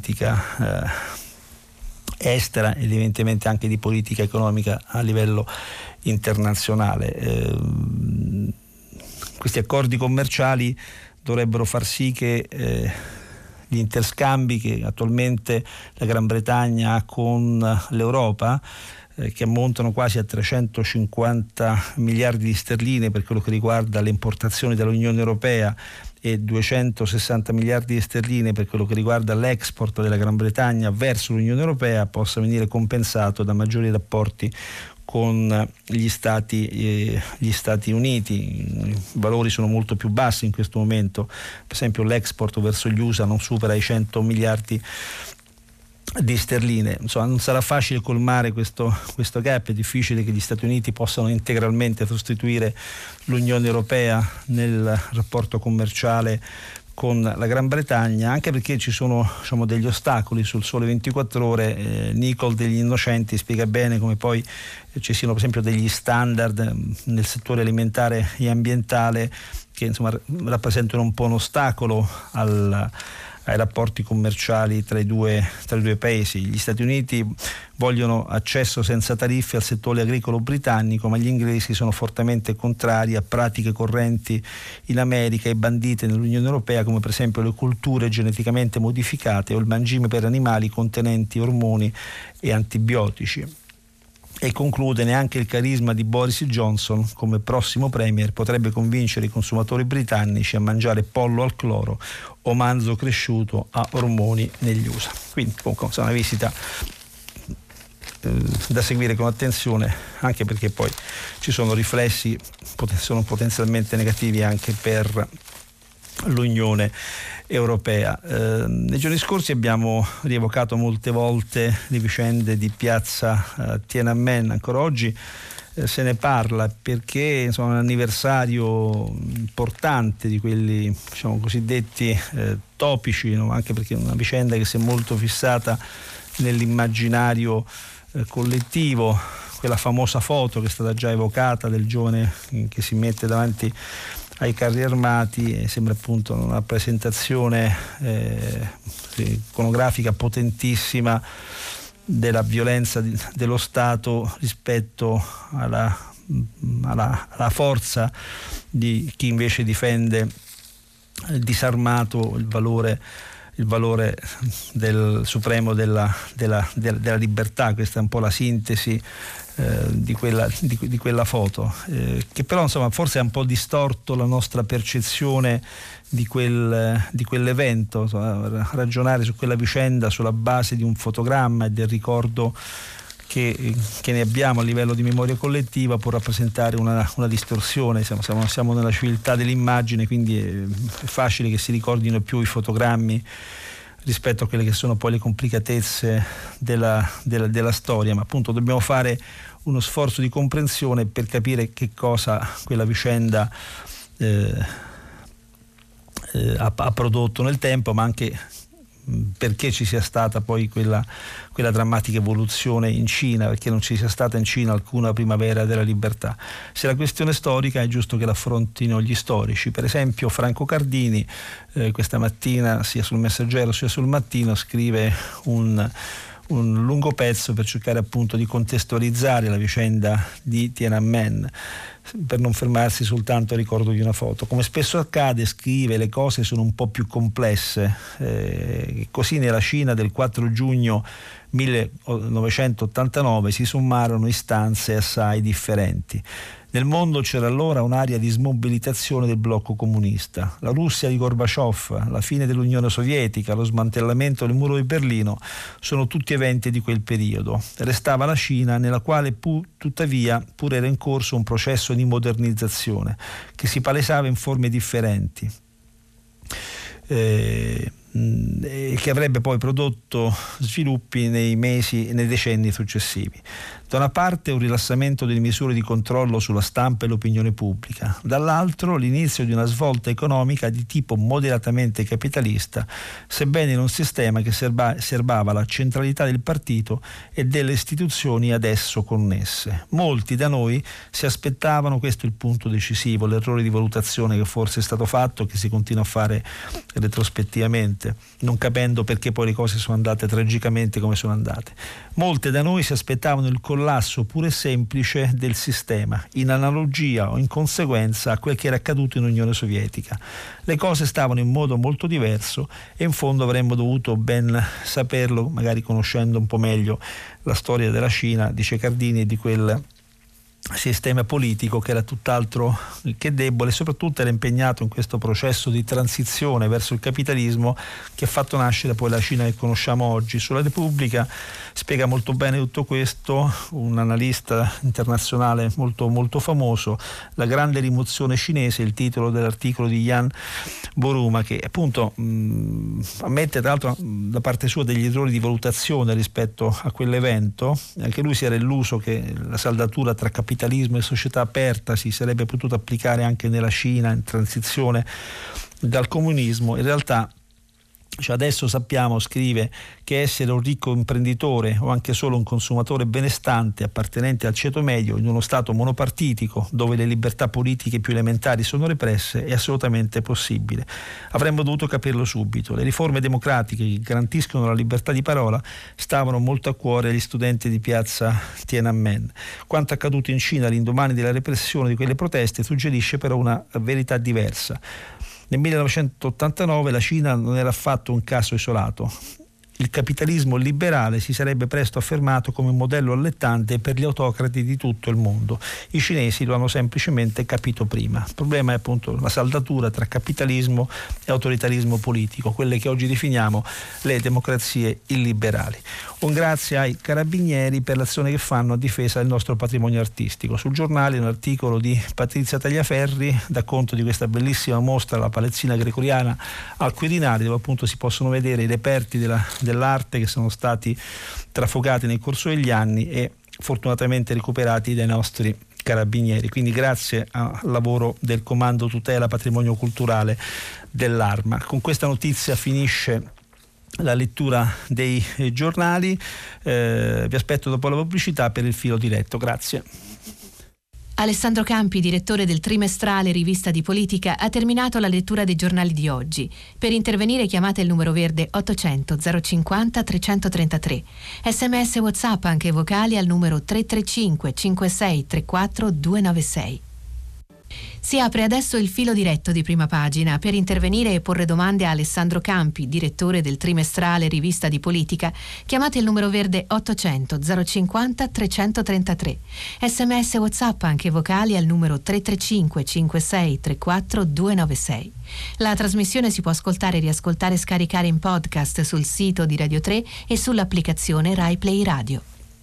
estera ed evidentemente anche di politica economica a livello internazionale. Questi accordi commerciali dovrebbero far sì che gli interscambi che attualmente la Gran Bretagna ha con l'Europa, che ammontano quasi a 350 miliardi di sterline per quello che riguarda le importazioni dall'Unione Europea e 260 miliardi di sterline per quello che riguarda l'export della Gran Bretagna verso l'Unione Europea, possa venire compensato da maggiori rapporti con gli Stati Uniti. I valori sono molto più bassi in questo momento, per esempio l'export verso gli USA non supera i 100 miliardi di sterline. Insomma, non sarà facile colmare questo gap, è difficile che gli Stati Uniti possano integralmente sostituire l'Unione Europea nel rapporto commerciale con la Gran Bretagna, anche perché ci sono, diciamo, degli ostacoli. Sul Sole 24 Ore Nicole degli Innocenti spiega bene come poi ci siano per esempio degli standard nel settore alimentare e ambientale che insomma rappresentano un po' un ostacolo ai rapporti commerciali tra i due paesi. Gli Stati Uniti vogliono accesso senza tariffe al settore agricolo britannico, ma gli inglesi sono fortemente contrari a pratiche correnti in America e bandite nell'Unione Europea, come per esempio le colture geneticamente modificate o il mangime per animali contenenti ormoni e antibiotici. E conclude: neanche il carisma di Boris Johnson come prossimo premier potrebbe convincere i consumatori britannici a mangiare pollo al cloro o manzo cresciuto a ormoni negli USA. Quindi comunque una visita da seguire con attenzione, anche perché poi ci sono riflessi sono potenzialmente negativi anche per l'Unione Europea. Nei giorni scorsi abbiamo rievocato molte volte le vicende di piazza Tiananmen. Ancora oggi se ne parla perché insomma, è un anniversario importante di quelli, diciamo, cosiddetti topici, no? Anche perché è una vicenda che si è molto fissata nell'immaginario collettivo. Quella famosa foto che è stata già evocata del giovane che si mette davanti ai carri armati, e sembra appunto una rappresentazione iconografica potentissima della violenza dello Stato rispetto alla forza di chi invece difende disarmato il valore del supremo della libertà. Questa è un po' la sintesi di quella foto, che però insomma forse ha un po' distorto la nostra percezione di quell'evento. Insomma, ragionare su quella vicenda sulla base di un fotogramma e del ricordo che ne abbiamo a livello di memoria collettiva può rappresentare una distorsione. Siamo nella civiltà dell'immagine, quindi è facile che si ricordino più i fotogrammi rispetto a quelle che sono poi le complicatezze della storia, ma appunto dobbiamo fare uno sforzo di comprensione per capire che cosa quella vicenda ha prodotto nel tempo, ma anche perché ci sia stata poi quella drammatica evoluzione in Cina, perché non ci sia stata in Cina alcuna primavera della libertà. Se la questione storica è giusto che l'affrontino gli storici. Per esempio Franco Cardini questa mattina sia sul Messaggero sia sul Mattino scrive un lungo pezzo per cercare appunto di contestualizzare la vicenda di Tiananmen, per non fermarsi soltanto al ricordo di una foto. Come spesso accade, scrive, le cose sono un po' più complesse. Così nella Cina del 4 giugno 1989 si sommarono istanze assai differenti. Nel mondo c'era allora un'area di smobilitazione del blocco comunista. La Russia di Gorbaciov, la fine dell'Unione Sovietica, lo smantellamento del muro di Berlino sono tutti eventi di quel periodo. Restava la Cina, nella quale tuttavia pur era in corso un processo di modernizzazione che si palesava in forme differenti, che avrebbe poi prodotto sviluppi nei mesi e nei decenni successivi. Da una parte un rilassamento delle misure di controllo sulla stampa e l'opinione pubblica, dall'altro l'inizio di una svolta economica di tipo moderatamente capitalista, sebbene in un sistema che serbava la centralità del partito e delle istituzioni ad esso connesse. Molti da noi si aspettavano, questo è il punto decisivo, l'errore di valutazione che forse è stato fatto, che si continua a fare retrospettivamente, non capendo perché poi le cose sono andate tragicamente come sono andate. Molte da noi si aspettavano il collasso pure semplice del sistema, in analogia o in conseguenza a quel che era accaduto in Unione Sovietica. Le cose stavano in modo molto diverso e in fondo avremmo dovuto ben saperlo, magari conoscendo un po' meglio la storia della Cina, dice Cardini, e di quel sistema politico che era tutt'altro che debole e soprattutto era impegnato in questo processo di transizione verso il capitalismo che ha fatto nascere poi la Cina che conosciamo oggi. Sulla Repubblica spiega molto bene tutto questo un analista internazionale molto, molto famoso, La grande rimozione cinese, il titolo dell'articolo di Yan Boruma, che appunto ammette tra l'altro da parte sua degli errori di valutazione rispetto a quell'evento. Anche lui si era illuso che la saldatura tra capitalismo e società aperta si sarebbe potuta applicare anche nella Cina in transizione dal comunismo. In realtà adesso sappiamo, scrive, che essere un ricco imprenditore o anche solo un consumatore benestante appartenente al ceto medio in uno stato monopartitico dove le libertà politiche più elementari sono represse è assolutamente possibile. Avremmo dovuto capirlo subito. Le riforme democratiche che garantiscono la libertà di parola stavano molto a cuore agli studenti di piazza Tiananmen. Quanto accaduto in Cina all'indomani della repressione di quelle proteste suggerisce però una verità diversa. Nel 1989 la Cina non era affatto un caso isolato il capitalismo liberale si sarebbe presto affermato come un modello allettante per gli autocrati di tutto il mondo. I cinesi lo hanno semplicemente capito prima. Il problema è appunto la saldatura tra capitalismo e autoritarismo politico, quelle che oggi definiamo le democrazie illiberali. Un grazie ai carabinieri per l'azione che fanno a difesa del nostro patrimonio artistico. Sul giornale un articolo di Patrizia Tagliaferri dà conto di questa bellissima mostra, la Palezzina Gregoriana al Quirinale, dove appunto si possono vedere i reperti dell'arte che sono stati trafugati nel corso degli anni e fortunatamente recuperati dai nostri carabinieri. Quindi grazie al lavoro del Comando Tutela Patrimonio Culturale dell'Arma. Con questa notizia finisce la lettura dei giornali. Vi aspetto dopo la pubblicità per il filo diretto. Grazie. Alessandro Campi, direttore del trimestrale Rivista di Politica, ha terminato la lettura dei giornali di oggi. Per intervenire chiamate il numero verde 800 050 333. SMS WhatsApp anche vocali al numero 335 56 34 296. Si apre adesso il filo diretto di Prima Pagina. Per intervenire e porre domande a Alessandro Campi, direttore del trimestrale Rivista di Politica, chiamate il numero verde 800 050 333. SMS WhatsApp anche vocali al numero 335 56 34 296. La trasmissione si può ascoltare, riascoltare e scaricare in podcast sul sito di Radio 3 e sull'applicazione Rai Play Radio.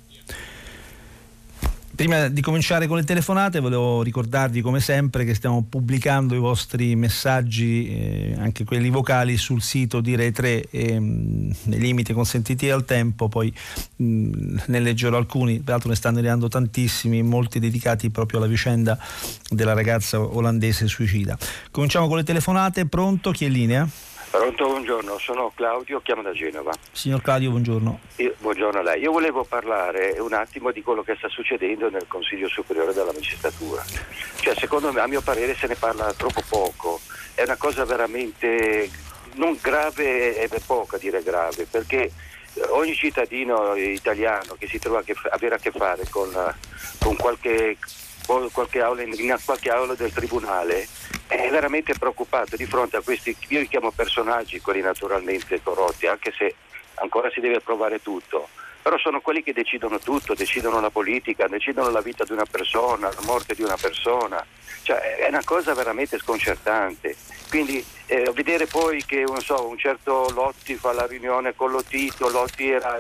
Prima di cominciare con le telefonate volevo ricordarvi come sempre che stiamo pubblicando i vostri messaggi, anche quelli vocali, sul sito di Rai 3 nei limiti consentiti dal tempo, poi ne leggerò alcuni, peraltro ne stanno arrivando tantissimi, molti dedicati proprio alla vicenda della ragazza olandese suicida. Cominciamo con le telefonate. Pronto? Chi è in linea? Pronto, buongiorno, sono Claudio, chiamo da Genova. Signor Claudio, buongiorno. Buongiorno a lei. Io volevo parlare un attimo di quello che sta succedendo nel Consiglio Superiore della Magistratura. Cioè, secondo me, a mio parere, se ne parla troppo poco. È una cosa veramente non grave, è poco a dire grave, perché ogni cittadino italiano che si trova a avere a che fare con qualche aula, in qualche aula del tribunale, è veramente preoccupato di fronte a questi, io li chiamo personaggi, quelli naturalmente corrotti, anche se ancora si deve provare tutto, però sono quelli che decidono tutto, decidono la politica, decidono la vita di una persona, la morte di una persona, cioè è una cosa veramente sconcertante. Quindi vedere poi che un certo Lotti fa la riunione con Lotito, Lotti era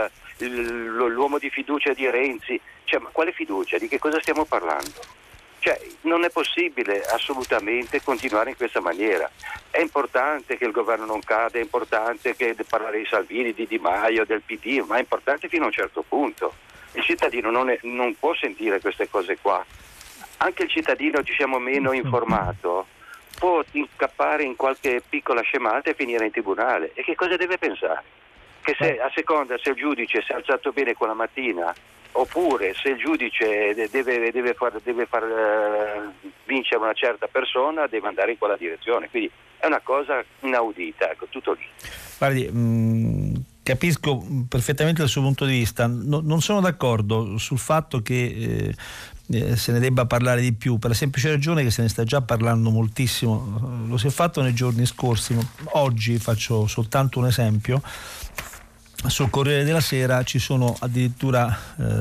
l'uomo di fiducia di Renzi, cioè, ma quale fiducia? Di che cosa stiamo parlando? Cioè, non è possibile assolutamente continuare in questa maniera. È importante che il governo non cada, è importante che parlare di Salvini, di Di Maio, del PD, ma è importante fino a un certo punto. Il cittadino non può sentire queste cose qua. Anche il cittadino, diciamo, meno informato può incappare in qualche piccola scemata e finire in tribunale. E che cosa deve pensare? Che se a seconda se il giudice si è alzato bene quella mattina, oppure se il giudice deve far vincere una certa persona, deve andare in quella direzione. Quindi è una cosa inaudita, ecco, tutto lì. Guardi, capisco perfettamente il suo punto di vista. Non sono d'accordo sul fatto che se ne debba parlare di più, per la semplice ragione che se ne sta già parlando moltissimo. Lo si è fatto nei giorni scorsi. Oggi faccio soltanto un esempio. Sul Corriere della Sera ci sono addirittura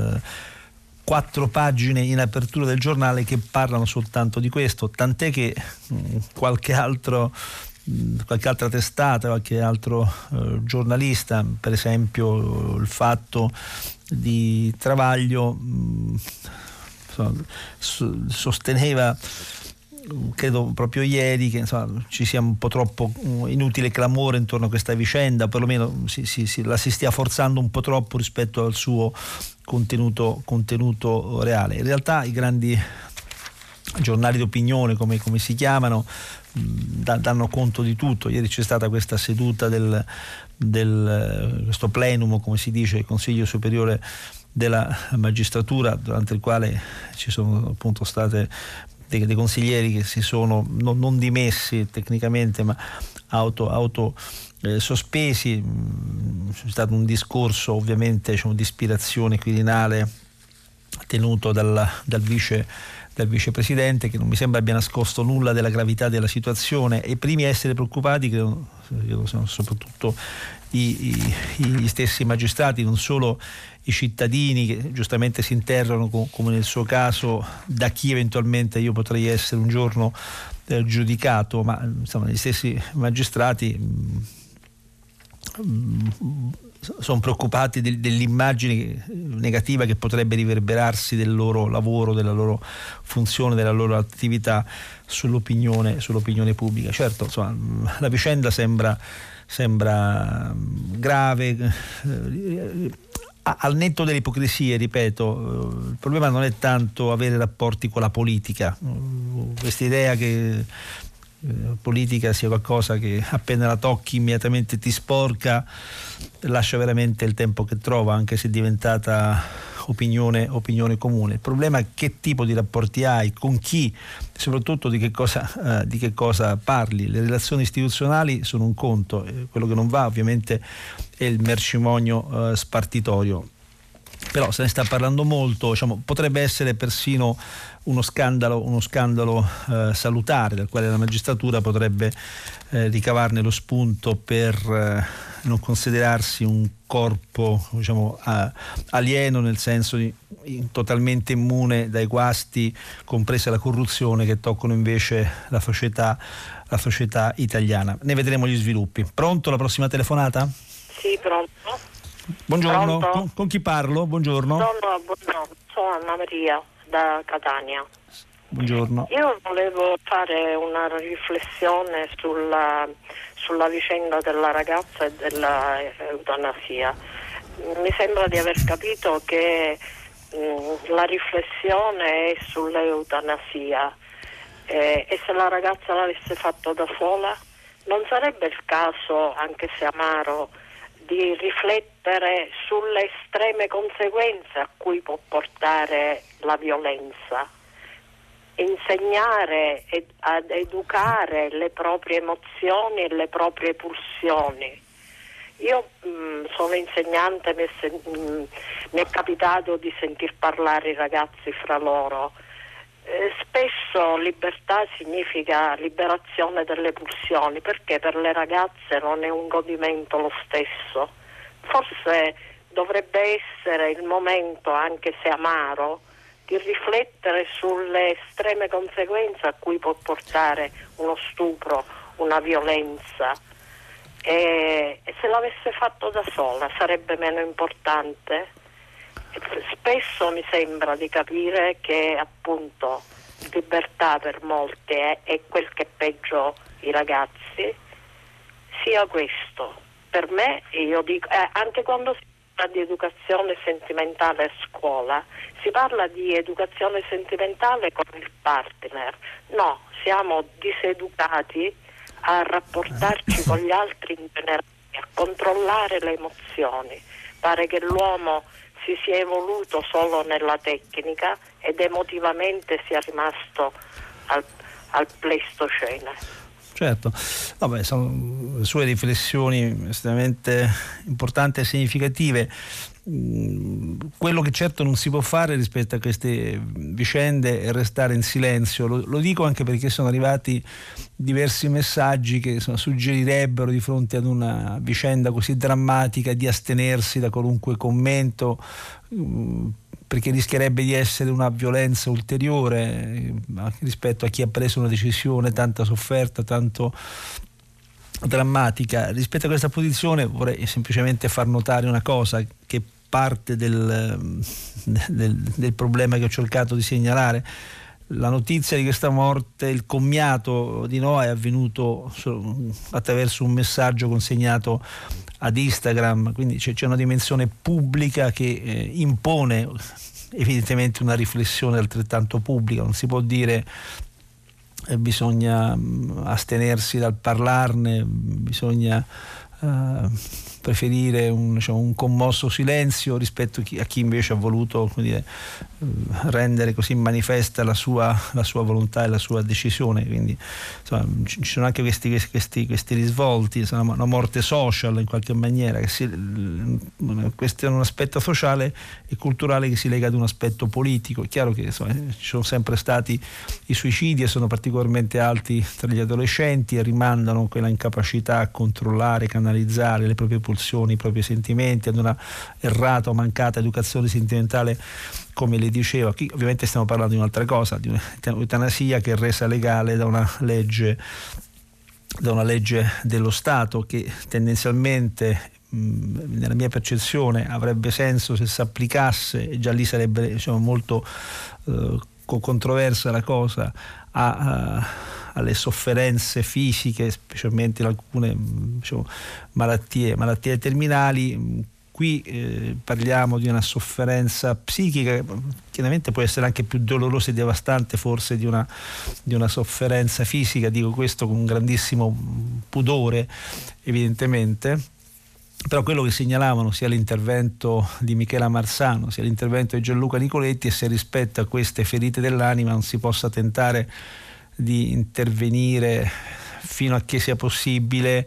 4 pagine in apertura del giornale che parlano soltanto di questo, tant'è che qualche altra testata, qualche altro giornalista, per esempio il Fatto di Travaglio, sosteneva, credo proprio ieri, che ci sia un po' troppo inutile clamore intorno a questa vicenda, perlomeno la si stia forzando un po' troppo rispetto al suo contenuto reale. In realtà i grandi giornali d'opinione, come si chiamano, danno conto di tutto. Ieri c'è stata questa seduta questo plenum, come si dice, il Consiglio Superiore della Magistratura, durante il quale ci sono appunto state dei consiglieri che si sono non dimessi tecnicamente, ma auto sospesi. C'è stato un discorso ovviamente di ispirazione quirinale tenuto dal vicepresidente, che non mi sembra abbia nascosto nulla della gravità della situazione, e i primi a essere preoccupati credo sono soprattutto gli stessi magistrati, non solo i cittadini che giustamente si interrogano, come nel suo caso, da chi eventualmente io potrei essere un giorno giudicato, ma insomma gli stessi magistrati sono preoccupati dell'immagine negativa che potrebbe riverberarsi del loro lavoro, della loro funzione, della loro attività sull'opinione pubblica. Certo, insomma, la vicenda sembra grave, al netto delle ipocrisie, ripeto. Il problema non è tanto avere rapporti con la politica, questa idea che politica sia qualcosa che appena la tocchi immediatamente ti sporca lascia veramente il tempo che trova, anche se è diventata opinione comune. Il problema è che tipo di rapporti hai, con chi, soprattutto di che cosa parli. Le relazioni istituzionali sono un conto, quello che non va ovviamente è il mercimonio spartitorio. Però se ne sta parlando molto, potrebbe essere persino uno scandalo salutare, dal quale la magistratura potrebbe ricavarne lo spunto per non considerarsi un corpo alieno, nel senso totalmente immune dai guasti, compresa la corruzione, che toccano invece la società italiana. Ne vedremo gli sviluppi. Pronto, la prossima telefonata? Sì, pronto. Buongiorno. Pronto? Con chi parlo? Buongiorno. Buongiorno, sono Anna Maria da Catania. Buongiorno. Io volevo fare una riflessione sulla vicenda della ragazza e dell'eutanasia. Mi sembra di aver capito che la riflessione è sull'eutanasia e se la ragazza l'avesse fatto da sola, non sarebbe il caso, anche se amaro, di riflettere sulle estreme conseguenze a cui può portare la violenza, insegnare ad educare le proprie emozioni e le proprie pulsioni. Io sono insegnante, mi è capitato di sentir parlare i ragazzi fra loro. Spesso libertà significa liberazione delle pulsioni, perché per le ragazze non è un godimento lo stesso. Forse dovrebbe essere il momento, anche se amaro, di riflettere sulle estreme conseguenze a cui può portare uno stupro, una violenza, e se l'avesse fatto da sola sarebbe meno importante. Spesso mi sembra di capire che appunto libertà per molti è quel che peggio i ragazzi sia questo. Per me, io dico, anche quando si parla di educazione sentimentale a scuola, si parla di educazione sentimentale con il partner. No, siamo diseducati a rapportarci con gli altri in generale, a controllare le emozioni. Pare che l'uomo si sia evoluto solo nella tecnica ed emotivamente sia rimasto al Pleistocene. Certo, sono le sue riflessioni estremamente importanti e significative. Quello che certo non si può fare rispetto a queste vicende è restare in silenzio. Lo dico anche perché sono arrivati diversi messaggi che suggerirebbero, di fronte ad una vicenda così drammatica, di astenersi da qualunque commento, perché rischierebbe di essere una violenza ulteriore rispetto a chi ha preso una decisione tanto sofferta, tanto drammatica. Rispetto a questa posizione vorrei semplicemente far notare una cosa, che parte del problema che ho cercato di segnalare. La notizia di questa morte, il commiato di Noa, è avvenuto attraverso un messaggio consegnato ad Instagram, quindi c'è una dimensione pubblica che impone evidentemente una riflessione altrettanto pubblica. Non si può dire bisogna astenersi dal parlarne, bisogna preferire un commosso silenzio rispetto a chi invece ha voluto, come dire, rendere così manifesta la sua volontà e la sua decisione. Quindi insomma, ci sono anche questi risvolti, insomma, una morte social in qualche maniera, questo è un aspetto sociale e culturale che si lega ad un aspetto politico. È chiaro che insomma, ci sono sempre stati i suicidi e sono particolarmente alti tra gli adolescenti e rimandano quella incapacità a controllare, canalizzare le proprie pulsioni, i propri sentimenti, ad una errata o mancata educazione sentimentale, come le dicevo. Qui ovviamente stiamo parlando di un'altra cosa, di un'eutanasia che è resa legale da una legge dello Stato, che tendenzialmente, nella mia percezione, avrebbe senso se si applicasse, e già lì sarebbe molto controversa la cosa, alle sofferenze fisiche, specialmente in alcune malattie terminali. Qui parliamo di una sofferenza psichica che chiaramente può essere anche più dolorosa e devastante forse di una sofferenza fisica. Dico questo con un grandissimo pudore, evidentemente. Però quello che segnalavano sia l'intervento di Michela Marzano sia l'intervento di Gianluca Nicoletti è se rispetto a queste ferite dell'anima non si possa tentare di intervenire fino a che sia possibile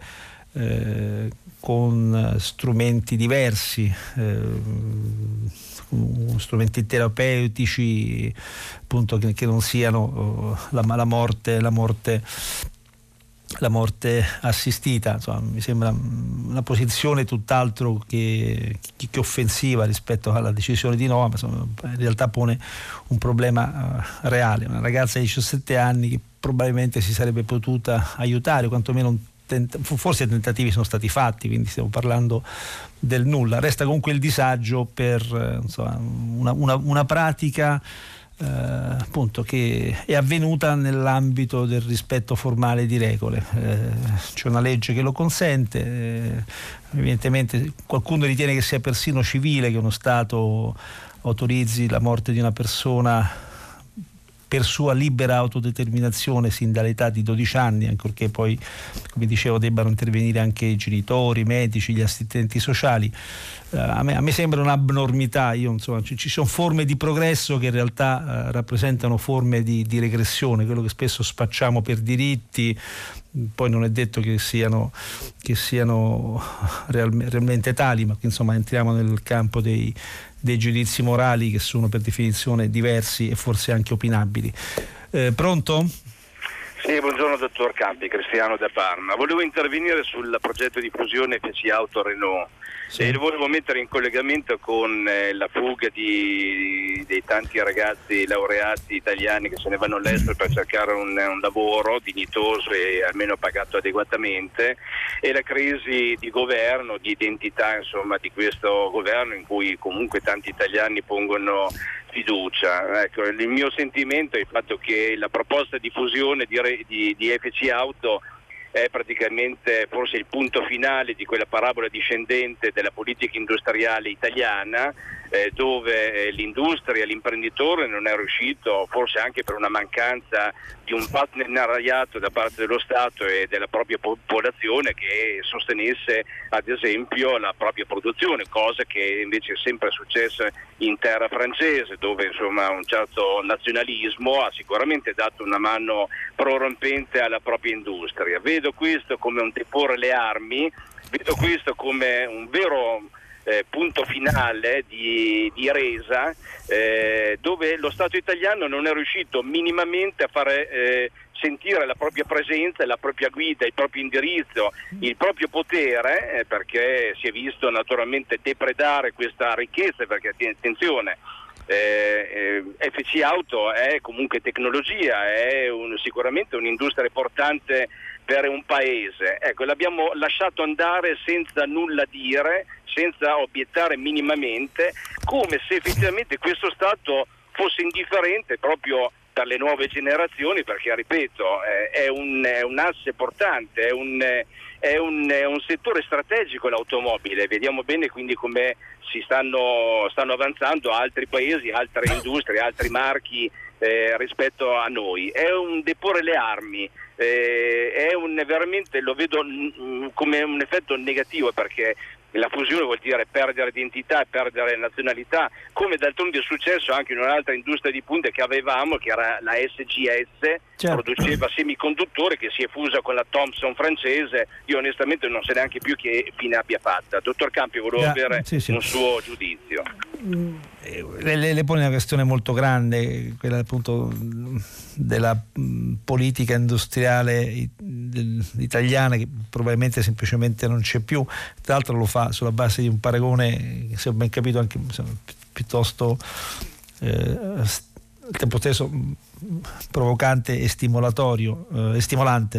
con strumenti diversi, strumenti terapeutici, appunto, che non siano la morte assistita. Insomma, mi sembra una posizione tutt'altro che offensiva rispetto alla decisione di Noam, insomma, in realtà pone un problema reale. Una ragazza di 17 anni che probabilmente si sarebbe potuta aiutare, quantomeno forse tentativi sono stati fatti, quindi stiamo parlando del nulla. Resta comunque il disagio per insomma, una pratica appunto che è avvenuta nell'ambito del rispetto formale di regole. C'è una legge che lo consente, evidentemente qualcuno ritiene che sia persino civile che uno Stato autorizzi la morte di una persona per sua libera autodeterminazione sin dall'età di 12 anni, ancorché poi, come dicevo, debbano intervenire anche i genitori, i medici, gli assistenti sociali. A me sembra un'abnormità. Ci sono forme di progresso che in realtà rappresentano forme di regressione, quello che spesso spacciamo per diritti poi non è detto che siano realmente tali, ma che insomma entriamo nel campo dei giudizi morali che sono per definizione diversi e forse anche opinabili. Pronto? Sì, buongiorno dottor Campi, Cristiano da Parma. Volevo intervenire sul progetto di fusione FC Auto Renault. Sì. Lo volevo mettere in collegamento con la fuga dei tanti ragazzi laureati italiani che se ne vanno all'estero per cercare un lavoro dignitoso e almeno pagato adeguatamente, e la crisi di governo, di identità insomma di questo governo, in cui comunque tanti italiani pongono fiducia. Ecco, il mio sentimento è il fatto che la proposta di fusione di FC Auto è praticamente forse il punto finale di quella parabola discendente della politica industriale italiana, dove l'industria, l'imprenditore non è riuscito, forse anche per una mancanza di un partenariato da parte dello Stato e della propria popolazione che sostenesse ad esempio la propria produzione, cosa che invece è sempre successa in terra francese, dove insomma un certo nazionalismo ha sicuramente dato una mano prorompente alla propria industria. Vedo questo come un deporre le armi, vedo questo come un vero punto finale di resa, dove lo Stato italiano non è riuscito minimamente a fare sentire la propria presenza, la propria guida, il proprio indirizzo, il proprio potere, perché si è visto naturalmente depredare questa ricchezza, perché attenzione, FC Auto è comunque tecnologia, è sicuramente un'industria importante per un paese. Ecco, l'abbiamo lasciato andare senza nulla dire, senza obiettare minimamente, come se effettivamente questo Stato fosse indifferente proprio per le nuove generazioni, perché ripeto è un asse portante, è un settore strategico l'automobile. Vediamo bene quindi come si stanno avanzando altri paesi, altre industrie, altri marchi rispetto a noi. È un deporre le armi, veramente lo vedo come un effetto negativo, perché la fusione vuol dire perdere identità e perdere nazionalità, come d'altronde è successo anche in un'altra industria di punta che avevamo, che era la SGS, certo. Produceva semiconduttori, che si è fusa con la Thomson francese. Io onestamente non so neanche più che fine abbia fatta. Dottor Campi, volevo avere un suo giudizio. Le pone una questione molto grande, quella appunto della politica industriale italiana, che probabilmente semplicemente non c'è più. Tra l'altro lo fa sulla base di un paragone, se ho ben capito, anche piuttosto al tempo stesso provocante e stimolatorio, stimolante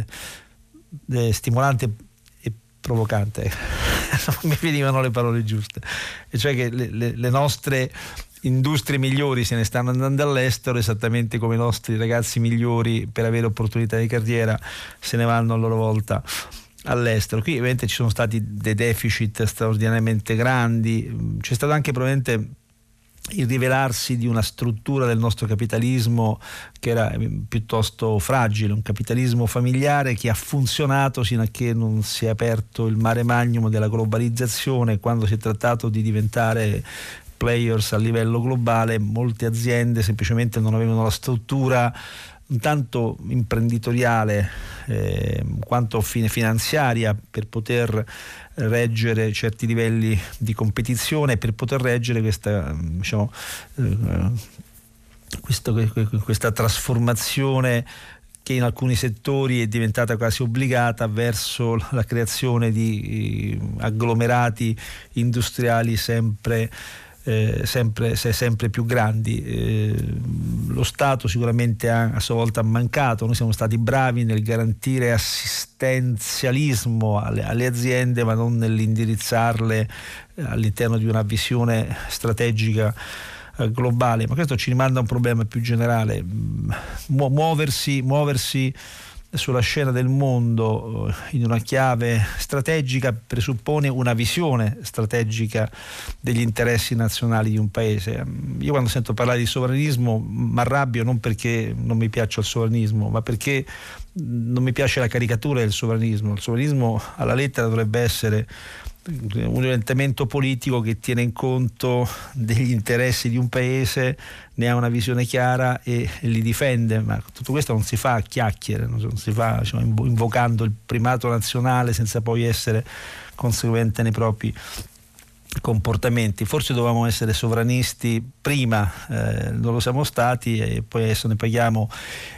e provocante. Non mi venivano le parole giuste, e cioè che le nostre industrie migliori se ne stanno andando all'estero, esattamente come i nostri ragazzi migliori per avere opportunità di carriera se ne vanno a loro volta all'estero. Qui ovviamente ci sono stati dei deficit straordinariamente grandi, c'è stato anche probabilmente il rivelarsi di una struttura del nostro capitalismo che era piuttosto fragile, un capitalismo familiare che ha funzionato sino a che non si è aperto il mare magnum della globalizzazione. Quando si è trattato di diventare players a livello globale, molte aziende semplicemente non avevano la struttura tanto imprenditoriale quanto finanziaria per poter reggere certi livelli di competizione, per poter reggere questa trasformazione che in alcuni settori è diventata quasi obbligata verso la creazione di agglomerati industriali sempre più grandi. Lo Stato sicuramente a sua volta ha mancato. Noi siamo stati bravi nel garantire assistenzialismo alle aziende, ma non nell'indirizzarle all'interno di una visione strategica globale. Ma questo ci rimanda a un problema più generale: muoversi sulla scena del mondo in una chiave strategica presuppone una visione strategica degli interessi nazionali di un paese. Io quando sento parlare di sovranismo mi arrabbio, non perché non mi piaccia il sovranismo, ma perché non mi piace la caricatura del sovranismo. Il sovranismo alla lettera dovrebbe essere un orientamento politico che tiene in conto degli interessi di un paese, ne ha una visione chiara e li difende, ma tutto questo non si fa a chiacchiere, non si fa invocando il primato nazionale senza poi essere conseguente nei propri comportamenti. Forse dovevamo essere sovranisti prima, non lo siamo stati, e poi adesso ne paghiamo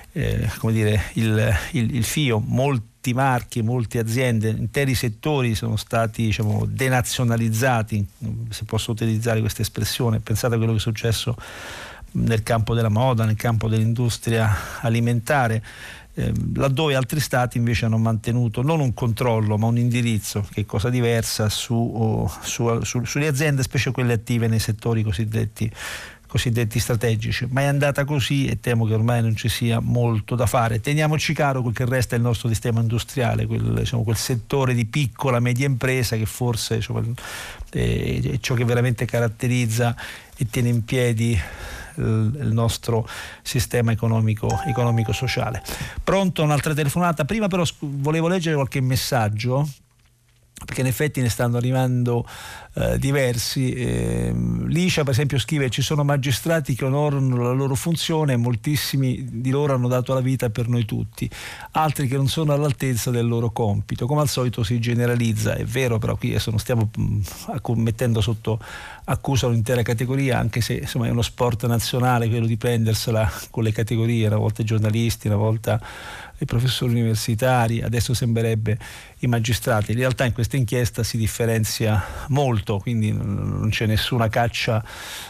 il fio. Molti marchi, molte aziende, interi settori sono stati denazionalizzati, se posso utilizzare questa espressione. Pensate a quello che è successo nel campo della moda, nel campo dell'industria alimentare, laddove altri stati invece hanno mantenuto non un controllo ma un indirizzo, che è cosa diversa, sulle aziende, specie quelle attive nei settori cosiddetti strategici. Ma è andata così e temo che ormai non ci sia molto da fare. Teniamoci caro quel che resta del nostro sistema industriale, quel settore di piccola media impresa che forse è ciò che veramente caratterizza e tiene in piedi il nostro sistema economico sociale. Pronto? Un'altra telefonata. Prima però volevo leggere qualche messaggio, perché in effetti ne stanno arrivando diversi. Licia per esempio scrive: ci sono magistrati che onorano la loro funzione e moltissimi di loro hanno dato la vita per noi tutti, altri che non sono all'altezza del loro compito. Come al solito si generalizza, è vero, però qui non stiamo mettendo sotto accusa un'intera categoria, anche se insomma è uno sport nazionale quello di prendersela con le categorie, una volta i giornalisti, una volta i professori universitari, adesso sembrerebbe i magistrati. In realtà in questa inchiesta si differenzia molto, quindi non c'è nessuna caccia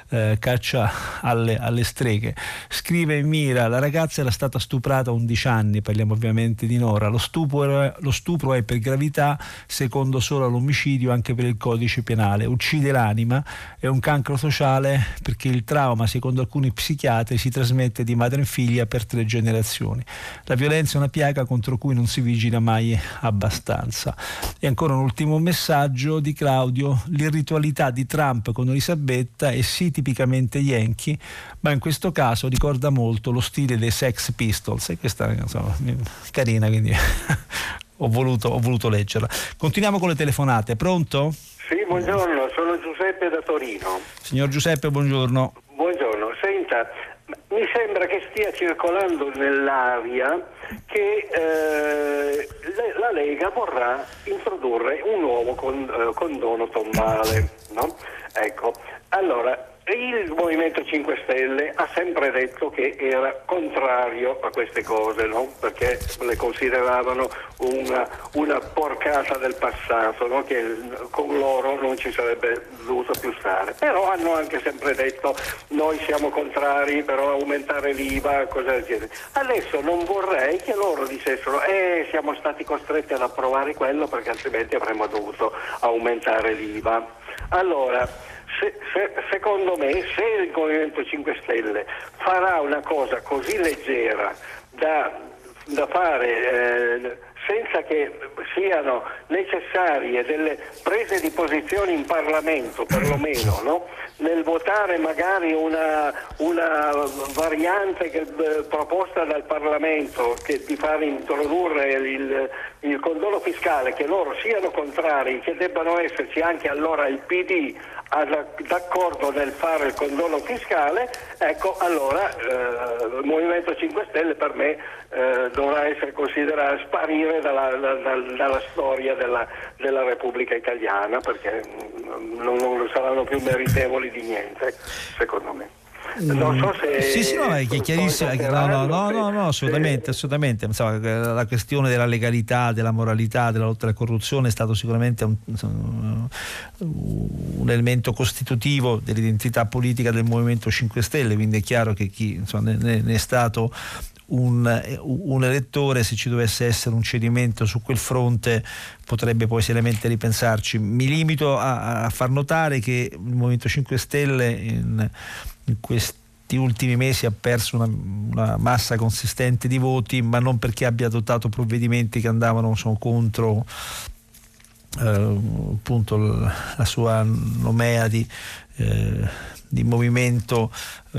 alle streghe. Scrive Mira: la ragazza era stata stuprata a 11 anni, parliamo ovviamente di Nora. Lo stupro è per gravità secondo solo all'omicidio anche per il codice penale, uccide l'anima, è un cancro sociale perché il trauma secondo alcuni psichiatri si trasmette di madre in figlia per 3 generazioni. La violenza è una piaga contro cui non si vigila mai abbastanza. E ancora un ultimo messaggio di Claudio: l'irritualità di Trump con Elisabetta è sì tipicamente yankee, ma in questo caso ricorda molto lo stile dei Sex Pistols, e questa insomma carina, quindi ho voluto leggerla. Continuiamo con le telefonate. Pronto? Sì, buongiorno, sono Giuseppe da Torino. Signor Giuseppe, buongiorno. Buongiorno, senta, mi sembra che stia circolando nell'aria che la Lega vorrà introdurre un nuovo condono tombale, no? Ecco, allora il Movimento 5 Stelle ha sempre detto che era contrario a queste cose, no? Perché le consideravano una porcata del passato, no? Che con loro non ci sarebbe dovuto più stare. Però hanno anche sempre detto noi siamo contrari però a aumentare l'IVA, cose del genere. Adesso non vorrei che loro dicessero siamo stati costretti ad approvare quello perché altrimenti avremmo dovuto aumentare l'IVA. Allora, secondo me, se il Movimento 5 Stelle farà una cosa così leggera da fare senza che siano necessarie delle prese di posizione in Parlamento, perlomeno, no? Nel votare magari una variante proposta dal Parlamento di far introdurre il condono fiscale, che loro siano contrari, che debbano esserci anche allora il PD d'accordo nel fare il condono fiscale, ecco, allora il Movimento 5 Stelle per me dovrà essere considerato sparire dalla storia della Repubblica Italiana, perché non saranno più meritevoli di niente, secondo me. Non so se sì, no, è chiarissimo. No, assolutamente. Insomma, la questione della legalità, della moralità, della lotta alla corruzione è stato sicuramente un elemento costitutivo dell'identità politica del Movimento 5 Stelle, quindi è chiaro che chi insomma, ne è stato un elettore, se ci dovesse essere un cedimento su quel fronte potrebbe poi seriamente ripensarci. Mi limito a far notare che il Movimento 5 Stelle in questi ultimi mesi ha perso una massa consistente di voti, ma non perché abbia adottato provvedimenti che andavano contro appunto la sua nomea di movimento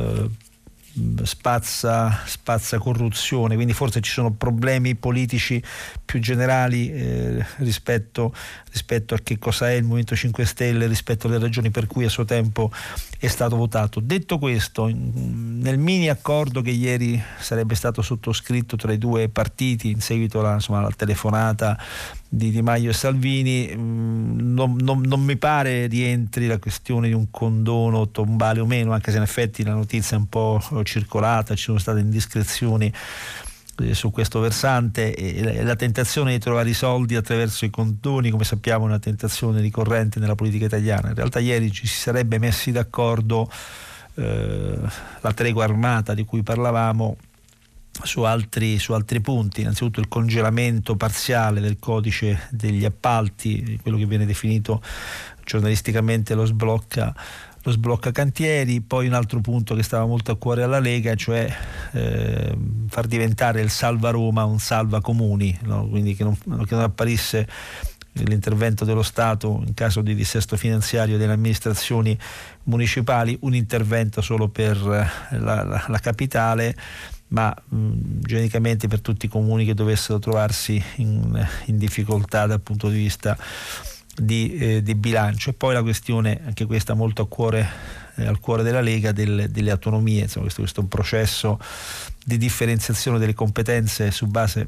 spazza corruzione, quindi forse ci sono problemi politici più generali rispetto a che cosa è il Movimento 5 Stelle, rispetto alle ragioni per cui a suo tempo è stato votato. Detto questo, nel mini accordo che ieri sarebbe stato sottoscritto tra i due partiti in seguito alla telefonata di Di Maio e Salvini, non mi pare rientri la questione di un condono tombale o meno, anche se in effetti la notizia è un po' circolata, ci sono state indiscrezioni su questo versante, e la tentazione di trovare i soldi attraverso i condoni, come sappiamo, è una tentazione ricorrente nella politica italiana. In realtà ieri ci si sarebbe messi d'accordo la tregua armata di cui parlavamo su altri punti. Innanzitutto il congelamento parziale del codice degli appalti, quello che viene definito giornalisticamente lo sblocca cantieri. Poi un altro punto che stava molto a cuore alla Lega, cioè far diventare il salva Roma un salva comuni, no? Quindi che non apparisse l'intervento dello Stato in caso di dissesto finanziario delle amministrazioni municipali un intervento solo per la capitale, ma genericamente per tutti i comuni che dovessero trovarsi in difficoltà dal punto di vista di bilancio. E poi la questione, anche questa molto al cuore della Lega, delle autonomie. Insomma, questo è un processo di differenziazione delle competenze su base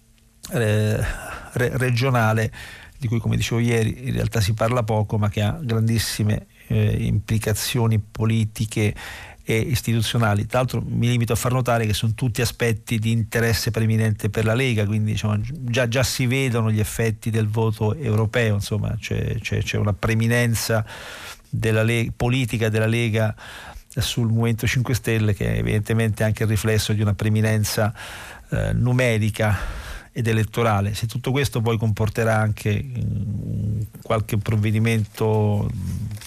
regionale, di cui, come dicevo ieri, in realtà si parla poco, ma che ha grandissime implicazioni politiche e istituzionali. Tra l'altro mi limito a far notare che sono tutti aspetti di interesse preminente per la Lega, quindi già si vedono gli effetti del voto europeo. Insomma, c'è una preminenza politica della Lega sul Movimento 5 Stelle, che è evidentemente anche il riflesso di una preminenza numerica ed elettorale. Se tutto questo poi comporterà anche qualche provvedimento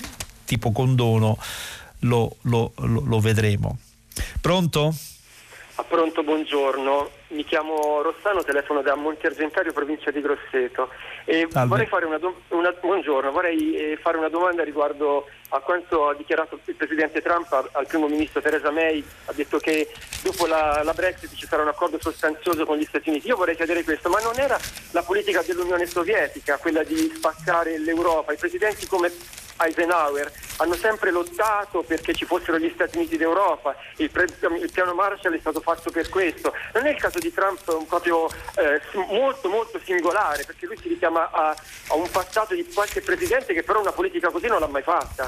tipo condono, lo vedremo. Pronto? Pronto, buongiorno. Mi chiamo Rossano, telefono da Monte Argentario, provincia di Grosseto. E vorrei fare buongiorno, vorrei fare una domanda riguardo a quanto ha dichiarato il Presidente Trump al Primo Ministro Theresa May. Ha detto che dopo la Brexit ci sarà un accordo sostanzioso con gli Stati Uniti. Io vorrei chiedere questo, ma non era la politica dell'Unione Sovietica quella di spaccare l'Europa? I presidenti come Eisenhower hanno sempre lottato perché ci fossero gli Stati Uniti d'Europa, il piano Marshall è stato fatto per questo. Non è il caso di Trump proprio molto molto singolare, perché lui si richiama a un passato di qualche presidente che però una politica così non l'ha mai fatta?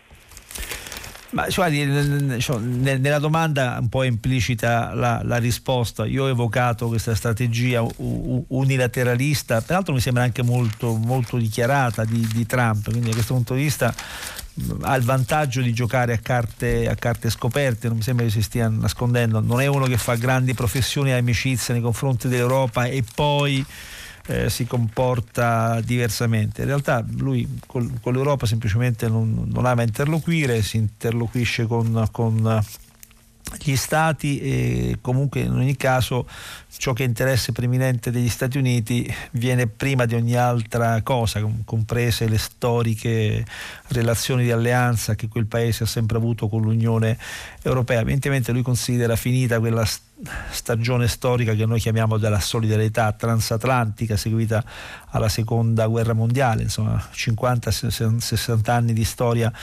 Ma nella domanda un po' implicita la risposta. Io ho evocato questa strategia unilateralista, peraltro mi sembra anche molto, molto dichiarata di Trump, quindi da questo punto di vista ha il vantaggio di giocare a carte scoperte, non mi sembra che si stia nascondendo, non è uno che fa grandi professioni di amicizia nei confronti dell'Europa e poi si comporta diversamente. In realtà lui con l'Europa semplicemente non ama interloquire, si interloquisce con gli stati e comunque in ogni caso ciò che è interesse preminente degli Stati Uniti viene prima di ogni altra cosa, comprese le storiche relazioni di alleanza che quel paese ha sempre avuto con l'Unione Europea. Evidentemente lui considera finita quella stagione storica che noi chiamiamo della solidarietà transatlantica seguita alla seconda guerra mondiale, insomma 50-60 anni di storia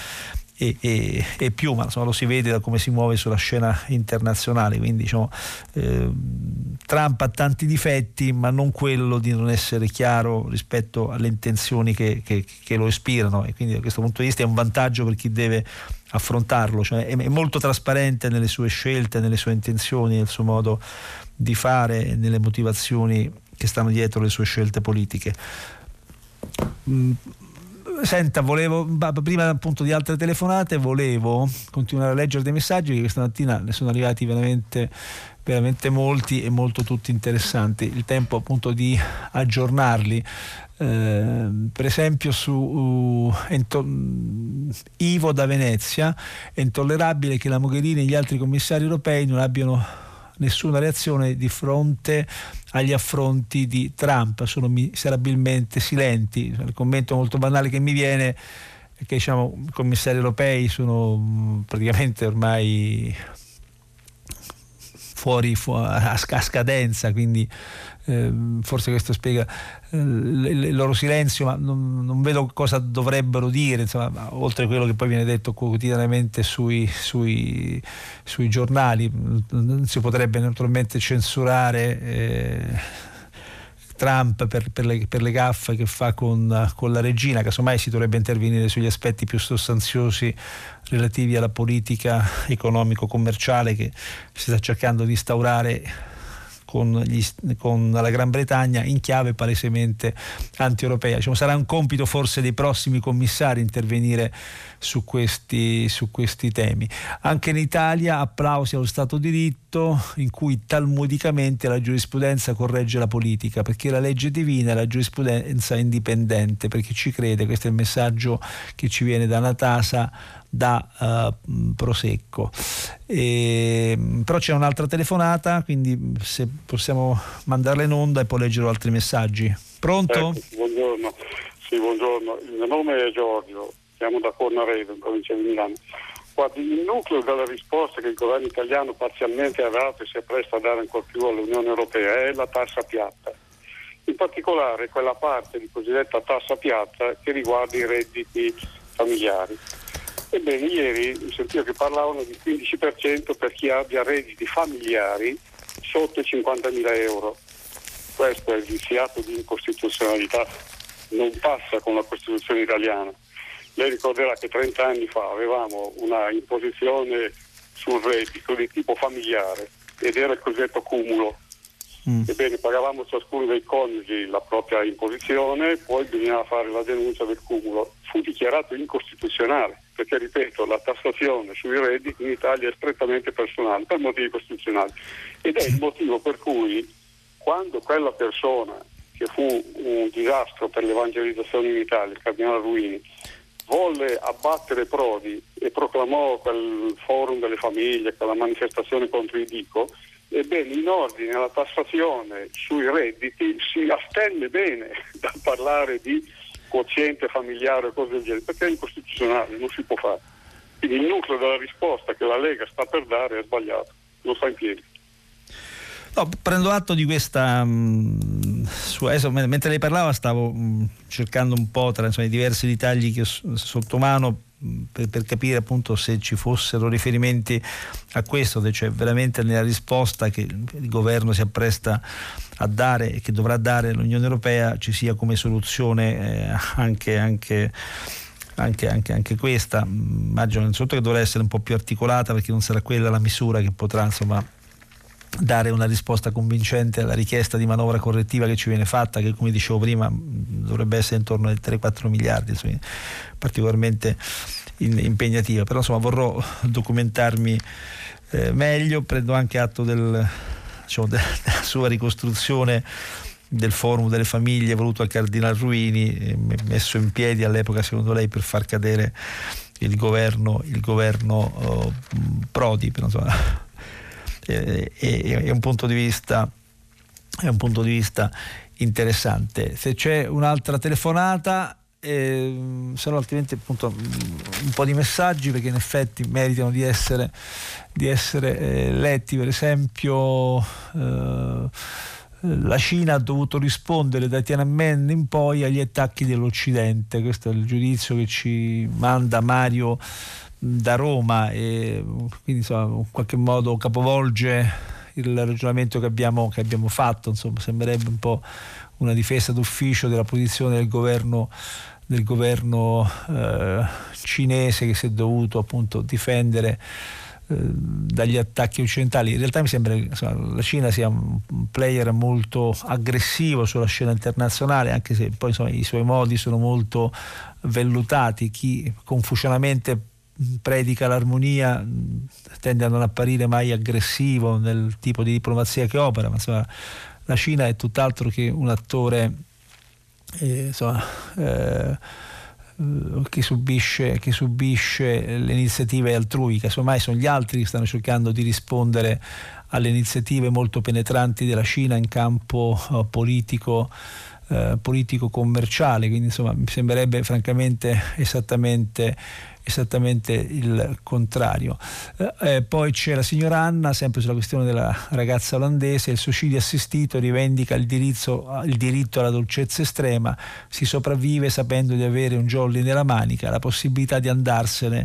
e più, ma insomma lo si vede da come si muove sulla scena internazionale. Quindi Trump ha tanti difetti, ma non quello di non essere chiaro rispetto alle intenzioni che lo ispirano, e quindi da questo punto di vista è un vantaggio per chi deve affrontarlo, cioè è molto trasparente nelle sue scelte, nelle sue intenzioni, nel suo modo di fare e nelle motivazioni che stanno dietro le sue scelte politiche. Senta, prima appunto di altre telefonate, volevo continuare a leggere dei messaggi, che questa mattina ne sono arrivati veramente, veramente molti e molto tutti interessanti. Il tempo appunto di aggiornarli. Per esempio su Ivo da Venezia: è intollerabile che la Mogherini e gli altri commissari europei non abbiano nessuna reazione di fronte agli affronti di Trump, sono miserabilmente silenti. Il commento molto banale che mi viene è che i commissari europei sono praticamente ormai fuori a scadenza, quindi forse questo spiega il loro silenzio, ma non vedo cosa dovrebbero dire, insomma, oltre a quello che poi viene detto quotidianamente sui giornali. Non si potrebbe naturalmente censurare Trump per le gaffe che fa con la regina, casomai si dovrebbe intervenire sugli aspetti più sostanziosi relativi alla politica economico-commerciale che si sta cercando di instaurare con la Gran Bretagna in chiave palesemente anti-europea. Sarà un compito forse dei prossimi commissari intervenire su questi temi. Anche in Italia applausi allo Stato di diritto, in cui talmudicamente la giurisprudenza corregge la politica, perché la legge divina e la giurisprudenza è indipendente. Per chi ci crede, questo è il messaggio che ci viene da Natasa, da Prosecco. Però c'è un'altra telefonata, quindi se possiamo mandarla in onda e poi leggere altri messaggi. Pronto? Buongiorno. Sì, buongiorno. Il mio nome è Giorgio, siamo da Cornaredo, in provincia di Milano. Guardi, il nucleo della risposta che il governo italiano parzialmente ha dato e si appresta a dare ancora più all'Unione Europea è la tassa piatta. In particolare quella parte di cosiddetta tassa piatta che riguarda i redditi familiari. Ebbene, ieri mi sentivo che parlavano di 15% per chi abbia redditi familiari sotto i 50.000 euro. Questo è il viziato di incostituzionalità, non passa con la Costituzione italiana. Lei ricorderà che 30 anni fa avevamo una imposizione sul reddito di tipo familiare ed era il cosiddetto cumulo. Ebbene, pagavamo ciascuno dei coniugi la propria imposizione, poi bisognava fare la denuncia del cumulo. Fu dichiarato incostituzionale, perché, ripeto, la tassazione sui redditi in Italia è strettamente personale, per motivi costituzionali. Ed è il motivo per cui, quando quella persona, che fu un disastro per l'evangelizzazione in Italia, il cardinale Ruini, volle abbattere Prodi e proclamò quel forum delle famiglie, quella manifestazione contro i Dico, ebbene in ordine alla tassazione sui redditi si astenne bene dal parlare di quoziente familiare o cose del genere, perché è incostituzionale, non si può fare. Quindi il nucleo della risposta che la Lega sta per dare è sbagliato, non sta in piedi. No, prendo atto di questa adesso, mentre lei parlava stavo cercando un po' tra i diversi dettagli che ho sotto mano per capire appunto se ci fossero riferimenti a questo, se cioè veramente nella risposta che il governo si appresta a dare e che dovrà dare l'Unione Europea ci sia come soluzione anche questa. Immagino innanzitutto che dovrà essere un po' più articolata, perché non sarà quella la misura che potrà dare una risposta convincente alla richiesta di manovra correttiva che ci viene fatta, che come dicevo prima dovrebbe essere intorno ai 3-4 miliardi, particolarmente impegnativa. Però vorrò documentarmi meglio. Prendo anche atto della sua ricostruzione del forum delle famiglie voluto al Cardinal Ruini, messo in piedi all'epoca secondo lei per far cadere il governo Prodi, però è un punto di vista interessante. Se c'è un'altra telefonata, se no altrimenti appunto un po' di messaggi, perché in effetti meritano di essere letti. Per esempio la Cina ha dovuto rispondere da Tiananmen in poi agli attacchi dell'Occidente. Questo è il giudizio che ci manda Mario da Roma, e quindi in qualche modo capovolge il ragionamento che abbiamo fatto. Sembrerebbe un po' una difesa d'ufficio della posizione del governo cinese, che si è dovuto appunto difendere dagli attacchi occidentali. In realtà mi sembra che la Cina sia un player molto aggressivo sulla scena internazionale, anche se poi i suoi modi sono molto vellutati. Chi confucianamente predica l'armonia tende a non apparire mai aggressivo nel tipo di diplomazia che opera, ma la Cina è tutt'altro che un attore che subisce le iniziative altrui. Casomai sono gli altri che stanno cercando di rispondere alle iniziative molto penetranti della Cina in campo politico-commerciale. Quindi mi sembrerebbe francamente esattamente il contrario. Poi c'è la signora Anna, sempre sulla questione della ragazza olandese. Il suicidio assistito rivendica il diritto alla dolcezza estrema, si sopravvive sapendo di avere un jolly nella manica, la possibilità di andarsene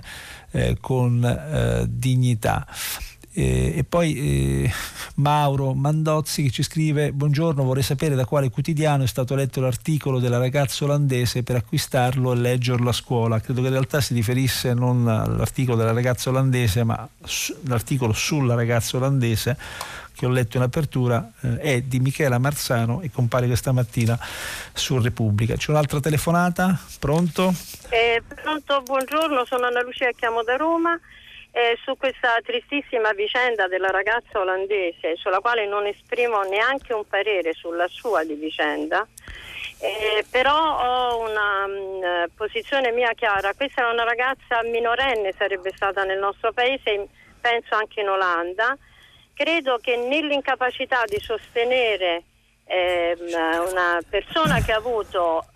con dignità. E poi Mauro Mandozzi che ci scrive: buongiorno, vorrei sapere da quale quotidiano è stato letto l'articolo della ragazza olandese per acquistarlo e leggerlo a scuola. Credo che in realtà si riferisse non all'articolo della ragazza olandese, ma l'articolo sulla ragazza olandese che ho letto in apertura. È di Michela Marzano e compare questa mattina su Repubblica. C'è un'altra telefonata? Pronto? Pronto, buongiorno, sono Anna Lucia e chiamo da Roma. Su questa tristissima vicenda della ragazza olandese, sulla quale non esprimo neanche un parere sulla sua di vicenda, però ho una posizione mia chiara. Questa era una ragazza minorenne, sarebbe stata nel nostro paese, penso anche in Olanda. Credo che nell'incapacità di sostenere una persona che ha avuto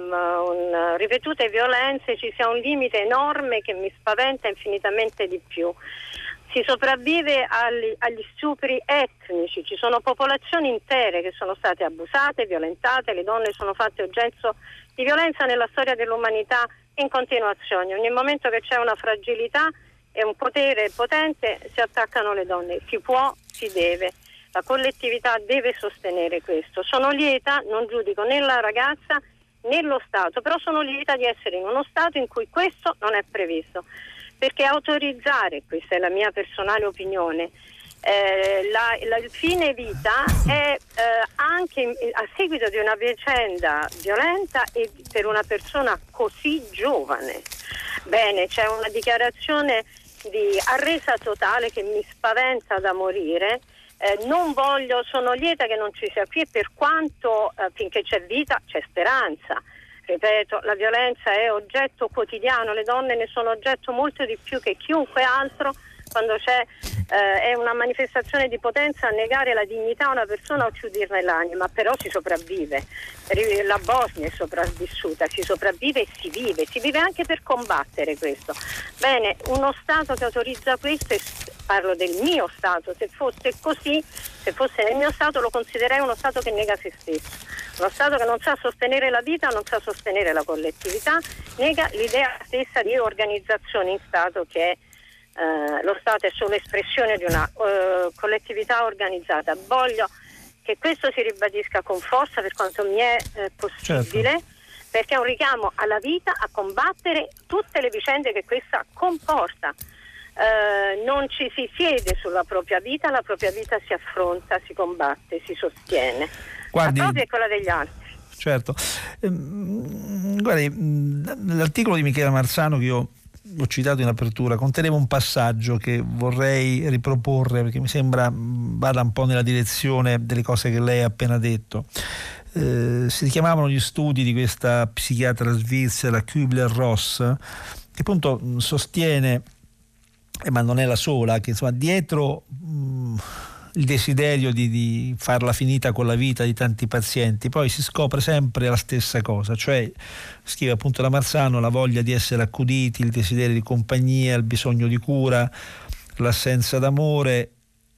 ripetute violenze ci sia un limite enorme che mi spaventa infinitamente di più. Si sopravvive agli stupri etnici, ci sono popolazioni intere che sono state abusate, violentate, le donne sono fatte oggetto di violenza nella storia dell'umanità in continuazione. Ogni momento che c'è una fragilità e un potere potente si attaccano le donne, si può, si deve. La collettività deve sostenere questo. Sono lieta, non giudico né la ragazza né lo Stato, però sono lieta di essere in uno Stato in cui questo non è previsto, perché autorizzare, questa è la mia personale opinione, il fine vita è anche a seguito di una vicenda violenta e per una persona così giovane. Bene, c'è una dichiarazione di arresa totale che mi spaventa da morire. Sono lieta che non ci sia qui, e per quanto finché c'è vita c'è speranza. Ripeto, la violenza è oggetto quotidiano, le donne ne sono oggetto molto di più che chiunque altro. Quando è una manifestazione di potenza a negare la dignità a una persona o chiudirne l'anima, però si sopravvive. La Bosnia è sopravvissuta, si sopravvive e si vive anche per combattere questo. Bene, uno Stato che autorizza questo, parlo del mio Stato, se fosse così, se fosse nel mio Stato, lo considererei uno Stato che nega se stesso, uno Stato che non sa sostenere la vita, non sa sostenere la collettività, nega l'idea stessa di organizzazione in Stato, che è lo Stato è solo espressione di una collettività organizzata. Voglio che questo si ribadisca con forza per quanto mi è possibile, certo, perché è un richiamo alla vita, a combattere tutte le vicende che questa comporta. Non ci si siede sulla propria vita, la propria vita si affronta, si combatte, si sostiene. Guardi, la propria è quella degli altri. Certo. Guardi, l'articolo di Michela Marzano che io ho citato in apertura conteneva un passaggio che vorrei riproporre perché mi sembra vada un po' nella direzione delle cose che lei ha appena detto. Si richiamavano gli studi di questa psichiatra svizzera Kübler-Ross, che appunto sostiene, ma non è la sola, che insomma dietro il desiderio di farla finita con la vita di tanti pazienti poi si scopre sempre la stessa cosa, cioè, scrive appunto la Marzano, la voglia di essere accuditi, il desiderio di compagnia, il bisogno di cura, l'assenza d'amore,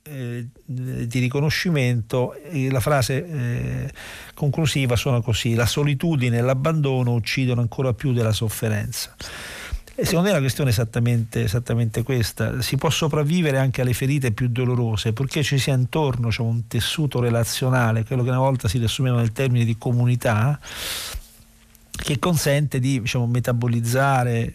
di riconoscimento, e la frase conclusiva suona così: la solitudine e l'abbandono uccidono ancora più della sofferenza. E secondo me la questione è esattamente questa: si può sopravvivere anche alle ferite più dolorose purché ci sia intorno, cioè, un tessuto relazionale, quello che una volta si riassumeva nel termine di comunità, che consente di, diciamo, metabolizzare,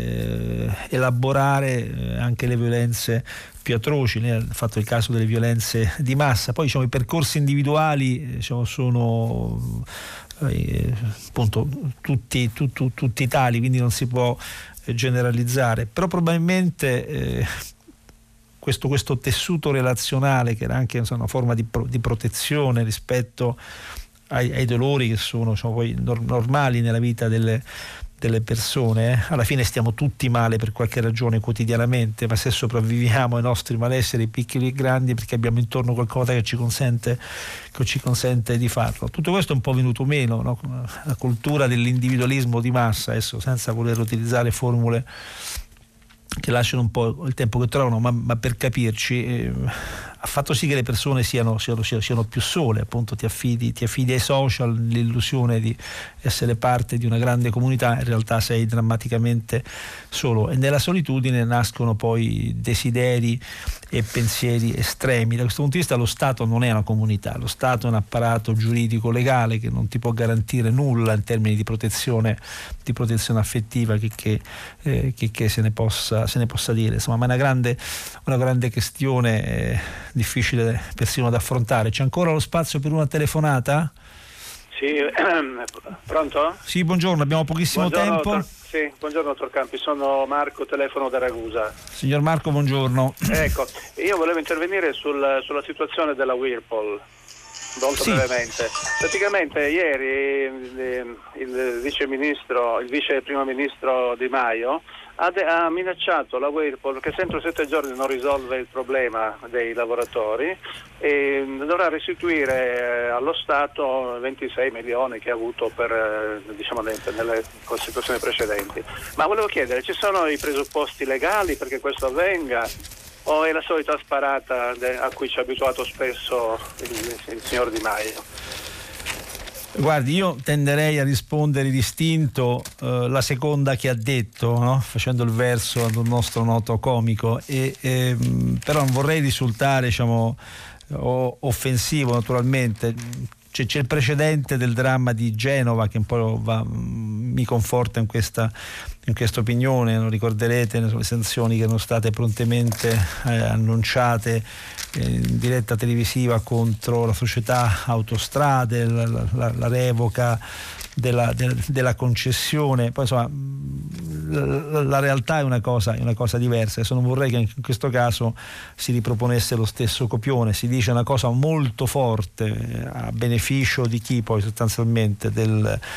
elaborare anche le violenze più atroci. Lei ha fatto il caso delle violenze di massa, poi diciamo, i percorsi individuali sono appunto tutti tali, quindi non si può generalizzare, però probabilmente questo tessuto relazionale, che era anche una forma di protezione rispetto ai dolori che sono poi normali nella vita delle persone, alla fine stiamo tutti male per qualche ragione quotidianamente, ma se sopravviviamo ai nostri malesseri piccoli e grandi perché abbiamo intorno qualcosa che ci consente di farlo. Tutto questo è un po' venuto meno, no? La cultura dell'individualismo di massa, adesso senza voler utilizzare formule che lasciano un po' il tempo che trovano, ma per capirci, ha fatto sì che le persone siano più sole, appunto ti affidi ai social, l'illusione di essere parte di una grande comunità, in realtà sei drammaticamente solo, e nella solitudine nascono poi desideri e pensieri estremi. Da questo punto di vista lo Stato non è una comunità, lo Stato è un apparato giuridico legale che non ti può garantire nulla in termini di protezione affettiva che se ne possa dire, insomma, ma è una grande questione, difficile persino da affrontare. C'è ancora lo spazio per una telefonata? Sì, pronto? Sì, buongiorno, abbiamo pochissimo tempo. Sì, buongiorno dottor Campi, sono Marco, telefono da Ragusa. Signor Marco, buongiorno. Ecco, io volevo intervenire sulla situazione della Whirlpool, molto brevemente. Praticamente ieri il vice primo ministro Di Maio ha minacciato la Whirlpool che se entro 7 giorni non risolve il problema dei lavoratori e dovrà restituire allo Stato 26 milioni che ha avuto nelle situazioni precedenti. Ma volevo chiedere, ci sono i presupposti legali perché questo avvenga o è la solita sparata a cui ci ha abituato spesso il signor Di Maio? Guardi, io tenderei a rispondere distinto la seconda che ha detto, no? Facendo il verso ad un nostro noto comico, però non vorrei risultare offensivo naturalmente. C'è il precedente del dramma di Genova che un po' mi conforta in questa opinione. Non ricorderete le sanzioni che erano state prontamente annunciate in diretta televisiva contro la società Autostrade, la revoca della concessione. Poi insomma la realtà è una cosa diversa. Adesso non vorrei che in questo caso si riproponesse lo stesso copione. Si dice una cosa molto forte a beneficio di chi poi sostanzialmente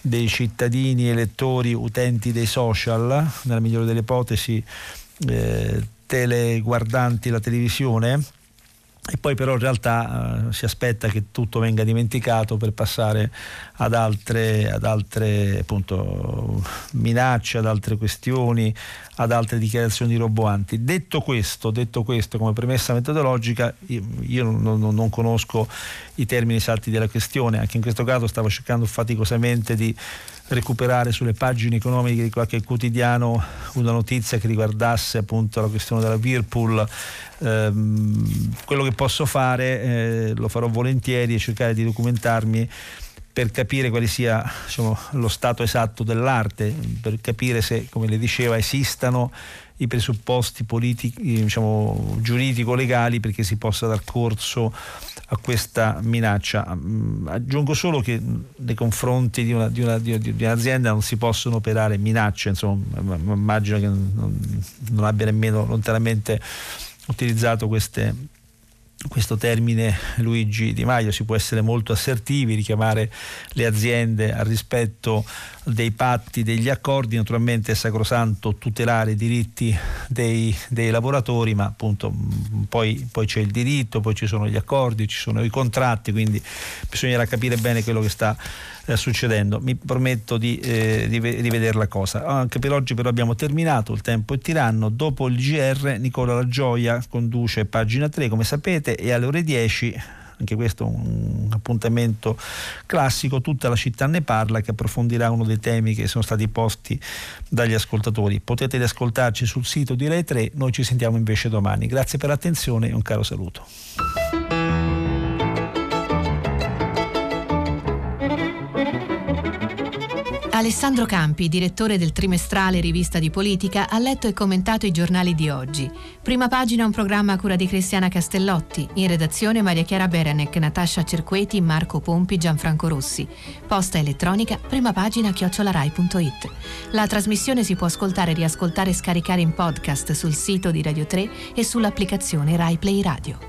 dei cittadini, elettori, utenti dei social, nella migliore delle ipotesi teleguardanti la televisione, e poi però in realtà si aspetta che tutto venga dimenticato per passare ad altre appunto minacce, ad altre questioni, ad altre dichiarazioni roboanti. Detto questo come premessa metodologica, io non conosco i termini esatti della questione. Anche in questo caso stavo cercando faticosamente di recuperare sulle pagine economiche di qualche quotidiano una notizia che riguardasse appunto la questione della Whirlpool. Quello che posso fare, lo farò volentieri, è cercare di documentarmi per capire quale sia, diciamo, lo stato esatto dell'arte, per capire se, come le diceva, esistano i presupposti politici, diciamo, giuridico-legali perché si possa dar corso a questa minaccia. Aggiungo solo che nei confronti di un'azienda non si possono operare minacce, insomma, immagino che non abbia nemmeno lontanamente utilizzato questo termine Luigi Di Maio. Si può essere molto assertivi, richiamare le aziende al rispetto dei patti, degli accordi, naturalmente è sacrosanto tutelare i diritti dei lavoratori, ma appunto poi c'è il diritto, poi ci sono gli accordi, ci sono i contratti, quindi bisognerà capire bene quello che sta succedendo. Mi prometto di rivedere la cosa. Anche per oggi però abbiamo terminato, il tempo è tiranno. Dopo il GR Nicola La Gioia conduce Pagina 3, come sapete, e alle ore 10, anche questo un appuntamento classico, Tutta la città ne parla, che approfondirà uno dei temi che sono stati posti dagli ascoltatori. Potete riascoltarci sul sito di Rai 3, noi ci sentiamo invece domani. Grazie per l'attenzione e un caro saluto. Alessandro Campi, direttore del trimestrale Rivista di Politica, ha letto e commentato i giornali di oggi. Prima Pagina è un programma a cura di Cristiana Castellotti, in redazione Maria Chiara Berenec, Natascia Cerqueti, Marco Pompi, Gianfranco Rossi. Posta elettronica primapagina@rai.it. La trasmissione si può ascoltare, riascoltare e scaricare in podcast sul sito di Radio 3 e sull'applicazione Rai Play Radio.